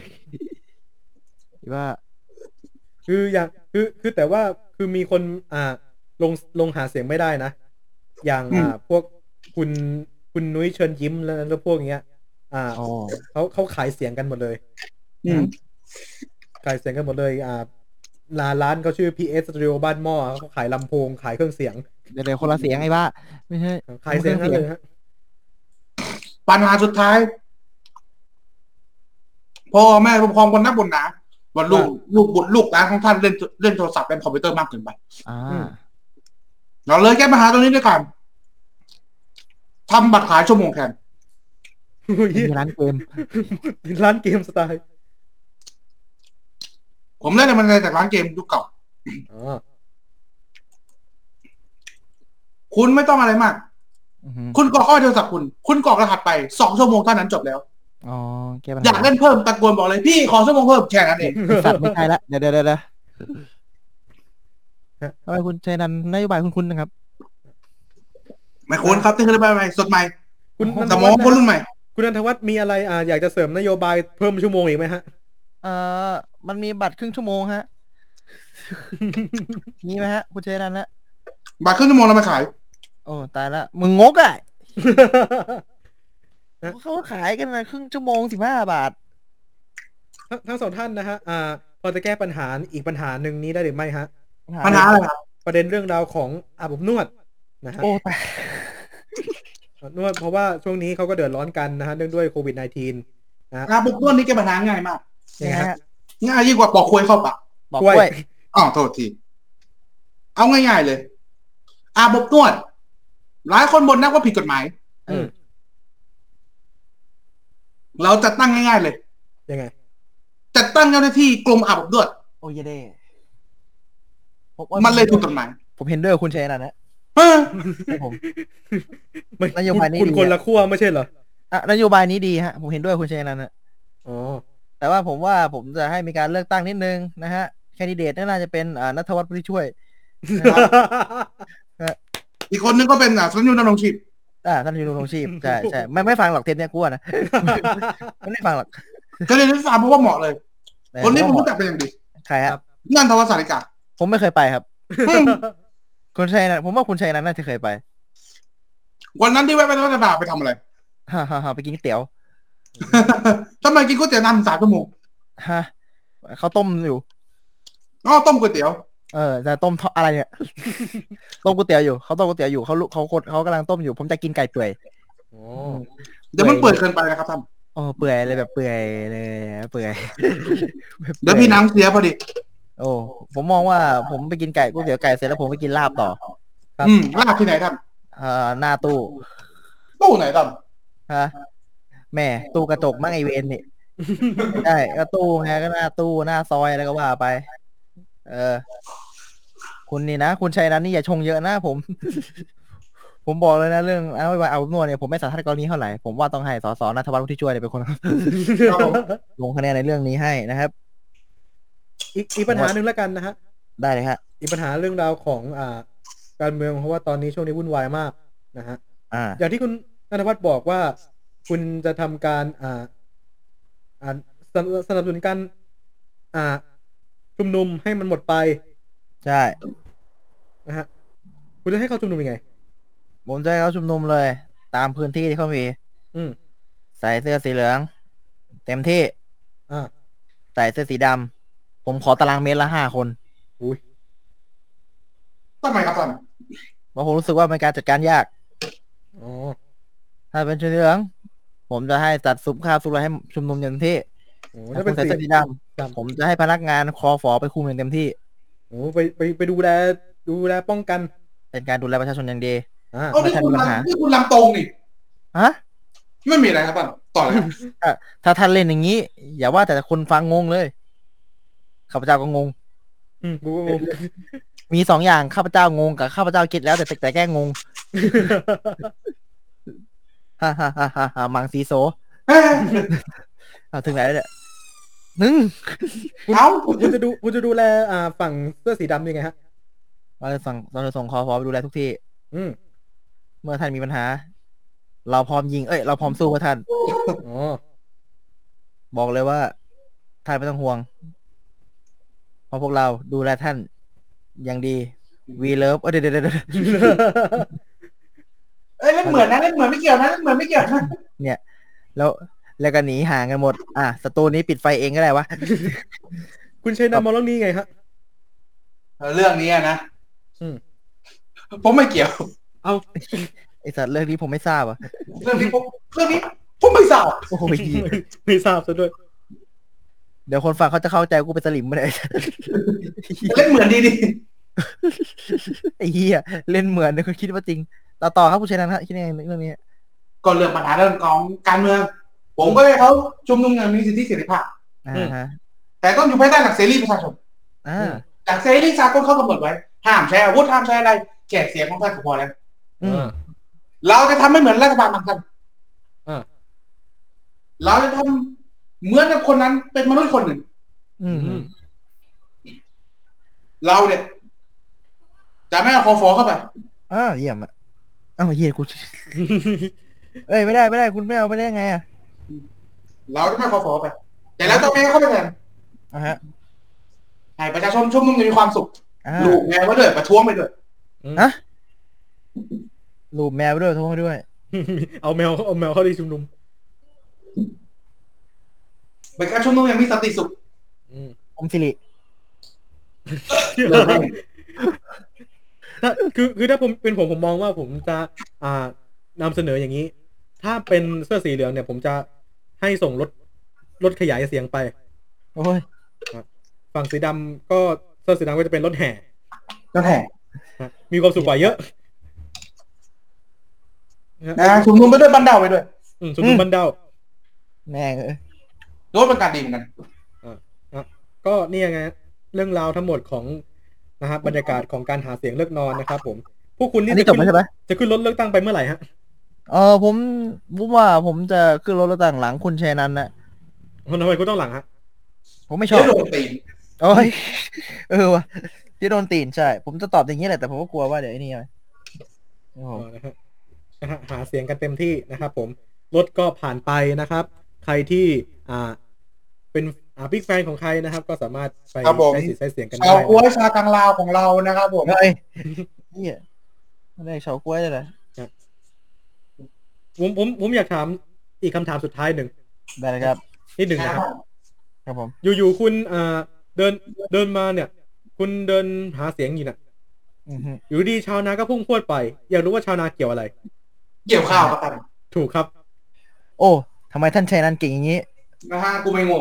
ว่าคืออย่างคือแต่ว่าคือมีคนลงหาเสียงไม่ได้นะ อย่างพวกคุณนุ้ยเชิญยิ้มแล้วพวกเนี้ยเขาขายเสียงกันหมดเลย ขายเสียงกันหมดเลยร้านเขาชื่อ PS Studio บ้านหม้อเขาขายลำโพงขายเครื่องเสียงเดี๋ยวคนละเสียงไอ้บ้าไม่ใช่ขายเสียงนั่นเลยฮะปัญหาสุดท้ายพ่อแม่ผู้ปกครองคนนักบุญหนาว่าลูกหลานของท่านเล่นโทรศัพท์เล่นคอมพิวเตอร์มากเกินไปเราเลยแก้ปัญหาตรงนี้ด้วยกันทำบัตรขายชั่วโมงแทนมีร้านเกมร้านเกมสไตล์ผมได้แรงบันดาลใจจากร้านเกมยุคเก่าอ๋อคุณไม่ต้องอะไรมากอือหือคุณกรอกข้อโทรศัพท์คุณกรอกรหัสไป2 ชั่วโมงเท่านั้นจบแล้วอ๋อแก้ปัญอยาหากเล่นเพิ่มตะโกนบอกเลยพี่ขอชั่วโมงเพิ่มแค่นั้นเองไอ้สัตว์ไม่ใช่ละเดี๋ยวทำไมคุณชัยนันท์นโยบายคุณนะครับไม่คุ้นครับที่เคยไปสดใหม่คุณนันสทมวัอฒงน์คนรุ่นใหม่คุณนันทวัฒน์มีอะไรอยากจะเสริมนโยบายเพิ่มชั่วโมงอีกไหมฮะมันมีบัตรครึ่งชั่วโมงฮะ มีไหมฮะคุณชัยนันท์นะบาทครึ่งชั่วโมงเรามาขายโอ้ตายละมึงงกอ่ะ เขาขายกันนะครึ่งชั่วโมง15 บาททั้งสองท่านนะฮะพอจะแก้ปัญหาอีกปัญหาหนึ่งนี้ได้หรือไม่ฮะปัญหาอะไรครับประเด็นเรื่องราวของอาบอบนวดนะฮะโอ้ตายนวดเพราะว่าช่วงนี้เขาก็เดือดร้อนกันนะฮะเนื่องด้วยโควิด -19 นะฮะงานบุกนวดนี่แก้ปัญหาง่ายมากยังไงฮะง่ายยิ่งกว่าปอกควยเข้าปากบอกกล้วยกล้วยอ๋อโทษที เอาง่ายๆเลย อาบอบนวด หลายคนบ่นนักว่าผิดกฎหมายอืมเราจะตั้งง่ายๆเลยยังไงจัดตั้งเจ้าหน้าที่กรมอาบอบนวดโอ้ยเด้มันเลยถูกกฎหมายผมเห็นด้วยกับคุณชัยนันท์นะเออครับผมไม่นโยบายนี้คุณดีคนอะละขั้วไม่ใช่เหรอนโยบายนี้ดีฮะผมเห็นด้วยกับคุณชัยนันท์นะอ๋อแต่ว่าผมจะให้มีการเลือกตั้งนิดนึงนะฮะแคนดิเดตน่าจะเป็นณัฐวัฒน์พุทธิช่วยนะครับอีกคนนึงก็เป็นสัญญาณดำรงชีพท่านยูรงชีพใช่ไม่ฟังหรอกเทปเนี้ยกลัวนะ ไม่ได้ฟังหรอกก็เลยได้ฟังเพราะว่าเหมาะเลย คนนี้ผมรู้จักเป็นอย่างดีใครฮะนันทวัฒน์สาริกาผมไม่เคยไปครับ คุณชัยนันท์ผมว่าคุณชัยนันท์น่าจะเคยไปวันนั้นที่แวะไปรัฐบาลไปทำอะไรฮ่าไปกินก๋วยเตี๋ยวทำไมกินก๋วยเตี๋ยวนาน3 ชั่วโมงฮะเขาต้มอยู่อ๋อต้มก๋วยเตี๋ยวจะต้มอะไรเนี่ย ต้มก๋วยเตี๋ยวอยู่เขาต้มก๋วยเตี๋ยวอยู่เขากำลังต้มอยู่ ผมจะกินไก่เปื่อยอ๋อเดี๋ยวมันเปิดเกินไปนะครับท่านโอ้เปื่อยเลยแบบเปื่อยเลยเปื่อยเดี๋ยวพี่น้ำเสียพอดีโอ้ผมมองว่าผมไปกินก๋วยเตี๋ยวไก่เสร็จแล้วผมไปกินลาบต่อลาบที่ไหนท่านหน้าตู้ตู้ไหนท่านฮะแม่ตู้กระจกมั่งไอเวนนี่ ใช่ก็ตู้ไงก็หน้าตู้หน้าซอยอะไรก็ว่าไป คุณนี่นะคุณชัยนันท์นี่อย่าชงเยอะนะผม ผมบอกเลยนะเรื่องเอานวดเนี่ยผมไม่สัมภาษณ์กรณีเท่าไหร่ผมว่าต้องให้สสณัฐวัฒน์พุทธิช่วยเนี่ยเป็นคน ลงคะแนนในเรื่องนี้ให้นะครับอีกปัญหาหนึ่งแล้วกันนะฮะได้เลยฮะอีกปัญหาเรื่องราวของการเมืองเพราะว่าตอนนี้ช่วงนี้วุ่นวายมากนะฮะ อย่างที่คุณณัฐวัฒน์บอกว่า คุณจะทำการสนับสนุนการชุมนุมให้มันหมดไปใช่นะฮะคุณจะให้เขาชุมนุมยังไงผมจะให้เขาชุมนุมเลย ตามพื้นที่ที่เขามี ใส่เสื้อสีเหลือง เต็มที่ ใส่เสื้อสีดำผมขอตารางเมตรละ5 คนอุ้ยทำไมครับท่านเพราะผมรู้สึกว่าเป็นการจัดการยากอ๋อถ้าเป็นชุดเหลือง ผมจะให้จัดซุปข้าวซุปอะไรให้ชุมนุมอย่างเต็มที่โอ้ถ้าถ้าเป็เป็น นใส่สีเสื้อสีดำผมจะให้พนักงานคอฝอไปคุมอย่างเต็มที่โอ้ไปดูแลป้องกันเป็นการดูแลประชาชนอย่างดีเอานี่คุณลำตรงนี่ฮะไม่มีอะไรครับท่านต่อเลยครับถ้าท่านเล่นอย่างนี้ อย่าว่าแต่คนฟังงงเลยข้าพเจ้าก็งงกูก็งงมี2 อย่างข้าพเจ้างงกับข้าพเจ้าคิดแล้วแต่แกล้งงง ฮ่ามังสีโซถึงไหนแล้วเนี่ยคุณจะดูแลฝั่งเสื้อสีดำยังไงฮะเราจะส่งคอฟอไปดูแลทุกที่ เมื่อท่านมีปัญหา เราพร้อมยิงเราพร้อมสู้กับท่านอ๋อบอกเลยว่าท่านไม่ต้องห่วงเพราะพวกเราดูแลท่านอย่างดี We love เดี๋ยวเล่นเหมือนนะเล่นเหมือนไม่เกี่ยวนะเล่นเหมือนไม่เกี่ยวนะเนี่ยแล้วก็หนีห่างกันหมดศัตรูนี้ปิดไฟเองก็ได้วะคุณชัยนันท์มองเรื่องนี้ไงฮะเรื่องนี้นะผมไม่เกี่ยวเอาไอสัตว์เรื่องนี้ผมไม่ทราบอ่ะเรื่องนี้ผมไม่ทราบโอ้ยไม่ทราบซะด้วยเดี๋ยวคนฟังเขาจะเข้าใจกูเป็นสลิมไม่ได้เล่นเหมือนดีไอ้เหี้ยเล่นเหมือนเนี่ยคุณคิดว่าจริงต่อครับผู้ชายนั้นฮะคิดยังไงเรื่องนี้ๆก็เรื่องปัญหาเรื่องของการเมืองผมก็ให้เขาชุมนุมอย่างมีสิทธิเสรีภาพแต่ต้องอยู่ภายใต้หลักเสรีประชาชนหลักเสรีสากลเขากำหนดไว้ห้ามใช้อาวุธห้ามใช้อะไรแจกเสียงของท่านก็พอแล้วเราจะทำไม่เหมือนรัฐบาลบางท่านเราจะทำเหมือนกับคนนั้นเป็นมนุษย์คนหนึ่งเราเนี่ยจะไม่เอาคอฟอเข้าไปเยี่ยมอ่ะเฮียกูเอ้ยไม่ได้คุณไม่เอาไปได้ไงอ่ะเราจะไม่คอฟอไปแต่แล้วต้องแม่เข้าไปแทนให้ประชาชนชุมนุมมีความสุขลูกแมวไว้ด้วยประท้วงไปด้วยลูกแมวด้วยท้วงไปด้วยเอาแมวเข้าที่ชุมนุมเป็นการชุมนุมอย่างมีสันติสุขอมสิริคือถ้าผมเป็นผมมองว่าผมจะนำเสนออย่างนี้ถ้าเป็นเสื้อสีเหลืองเนี่ยผมจะให้ส่งรถขยายเสียงไปโอ้ยฝั่งสีดำก็เสื้อสีดำก็จะเป็นรถแห่มีความสุขกว่าเยอะชุมนุมไปด้วยบันเดาไปด้วยชุมนุมบันเดาแม่รถเป็นการดีเหมือนกันก็นี่ไงเรื่องราวทั้งหมดของนะครับบรรยากาศของการหาเสียงเลือกนอนนะครับผมพวกคุณนี่จะขึ้นรถเลือกตั้งไปเมื่อไหร่ฮะผมว่าผมจะขึ้นรถเลือกตั้งหลังคุณชัยนันท์นะทำไมคุณต้องหลังฮะผมไม่ชอบโดนตีนว่ะที่โดนตีนใช่ผมจะตอบอย่างนี้แหละแต่ผมก็กลัวว่าเดี๋ยวไอ้นี่ไงหาเสียงกันเต็มที่นะครับผมรถก็ผ่านไปนะครับใครที่เป็นบิ๊กแฟนของใครนะครับก็สามารถไปใช้สิทธิ์ใช้เสียงกันได้ชาวกล้วยชากังลาวของเรานะครับผมนี่ไม่ได้ชาวกล้วยเลยผมอยากถามอีกคำถามสุดท้ายหนึ่งได้ครับนิดหนึ่งนะครับครับผมอยู่ๆคุณเดินมาเนี่ยคุณเดินหาเสียงอยู่น่ะอยู่ดีชาวนาก็พุ่งพรวดไปอยากรู้ว่าชาวนาเกี่ยวอะไรเกี่ยวข้าวครับถูกครับโอ้ทำไมท่านชัยนันท์เก่งอย่างนี้นะฮะกูไม่โง่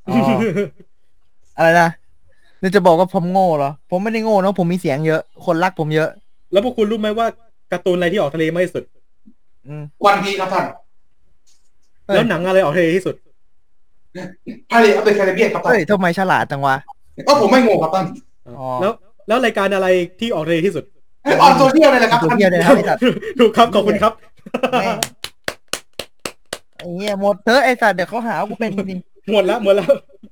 อะไรนะนี่จะบอกว่าผมโง่เหรอผมไม่ได้โง่นะผมมีเสียงเยอะคนรักผมเยอะแล้วพวกคุณรู้ไหมว่าการ์ตูนอะไรที่ออกทะเลมากที่สุดวันพีครับท่านแล้วหนังอะไรออกทะเลที่สุดทะเลเอาเป็นแคริบเบียนครับท่านทำไมฉลาดจังวะก็ผมไม่โง่ครับท่านแล้วรายการอะไรที่ออกทะเลที่สุดออนโซเชียลเลยแหละครับท่านถูกครับขอบคุณครับไอ้เหี้ยหมดเถอะไอ้สัตว์เดี๋ยวเขาหาว่ากูเป็นจริงหมดแล้วหมดแล้ว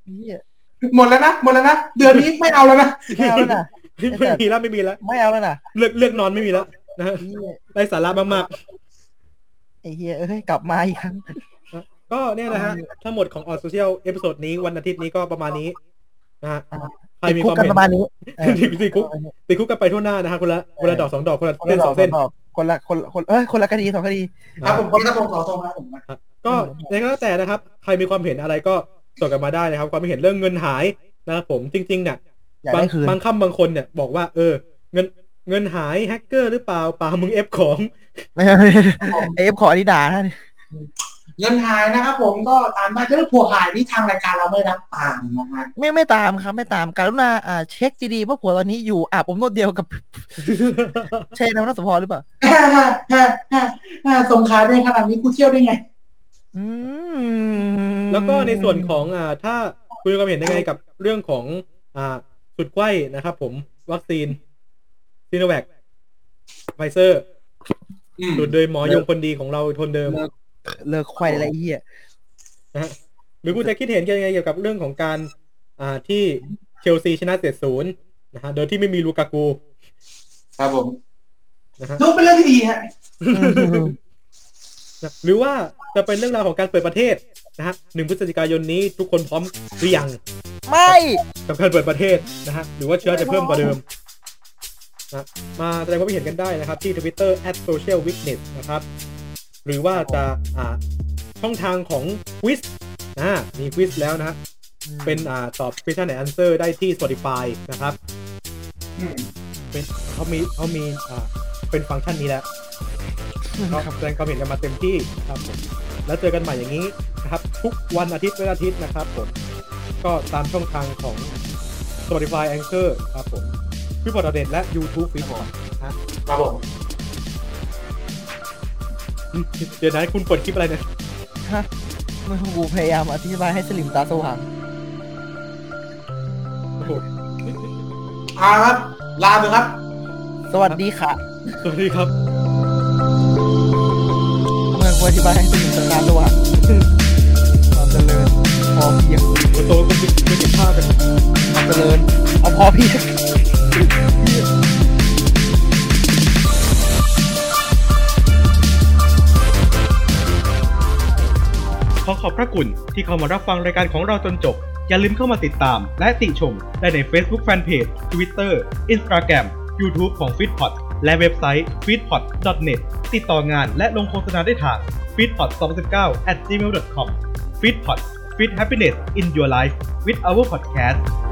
นะเดือนนี้ไม่เอาแล้วนะไม่เอาแล้วนะไม่มีแล้วไม่เอาแล้วนะเลือกนอนไม่มีแล้วนะไร้สาระมากๆไอ้เหี้ยกลับมาอีกครั้งก็เนี่ยนะฮะทั้งหมดของออนโซเชียลเอพิโซดนี้วันอาทิตย์นี้ก็ประมาณนี้นะฮะใครมีความเห็นประมาณนี้ติดคุกกันไปทั่วหน้านะฮะคนละดอก2ดอกคนละเส้น2เส้นคนละคดี2คดีครับผมก็ต้องขอโทษครับผมก็อย่างนั้นแต่นะครับใครมีความเห็นอะไรก็ส่งกันมาได้นะครับความเห็นเรื่องเงินหายนะครับผมจริงๆเนี่ยบางคำบางคนเนี่ยบอกว่าเงินหายแฮกเกอร์หรือเปล่ามึงเอฟของเอฟของอดิดาท่านเงินหายนะครับผมก็ตามมาเรื่องผัวหายนี่ทางรายการเราไม่รับตามนะฮะไม่ตามครับไม่ตามกรุณาเช็คดีๆว่าผัวตอนนี้อยู่อาบอมนวดเดียวกับใช่นะนักสพหรือเปล่าสงขลาได้ขนาดนี้กูเที่ยวได้ไงแล้วก็ในส่วนของถ้าคุณมีความเห็นยังไงกับเรื่องของสุดไขว้นะครับผมวัคซีนซิโนแวคไฟเซอร์สูตรโดยหมอยงคนดีของเราทนเดิมเลิกไขว้อะไรเหี้ยนะฮะหรือคุณจะคิดเห็นยังไงเกี่ยวกับเรื่องของการที่เชลซีชนะ 7-0 นะฮะโดยที่ไม่มีลูกากูครับผมนะฮะดูเป็นเรื่องที่ดีฮะหรือว่าจะเป็นเรื่องราวของการเปิดประเทศนะฮะ1 พฤศจิกายนนี้ทุกคนพร้อมหรือยังไม่กับการเปิดประเทศนะฮะหรือว่าเชื้อจะเพิ่มกว่าเดิมนะมาแสดงความคิดเห็นกันได้นะครับที่ Twitter @socialwitness นะครับหรือว่าจะช่องทางของควิซมีควิซแล้วนะฮะเป็นตอบ question and answer ได้ที่ Spotify นะครับเป็นเขามีเป็นฟังก์ชันนี้แล้วก็แสดงความเห็นกันมาเต็มที่ครับผมแล้วเจอกันใหม่อย่างนี้นะครับทุกวันอาทิตย์นะครับผมก็ตามช่องทางของ Spotify Anchor ครับผมพี่พอดเด็ดและ YouTube ฟีดครับผมเดี๋ยวนะคุณเปิดคลิปอะไรเนี่ยฮะมันกูพยายามอธิบายให้สลิมตาสว่างครับลาไปครับสวัสดีค่ะสวัสดีครับเมื่ออธิบายให้ถึงสถานระหว่างความเจริญพอเพียงโตก็ไม่ติดภาพกันความเจริญเอาพอเพียงขอขอบพระคุณที่เข้ามารับฟังรายการของเราจนจบอย่าลืมเข้ามาติดตามและติชมได้ใน Facebook Fanpage Twitter Instagram YouTube ของ Feedpot และเว็บไซต์ feedpot.net ติดต่องานและลงโฆษณาได้ทาง feedpot2019@gmail.com Feedpot Feed Happiness in Your Life with our podcast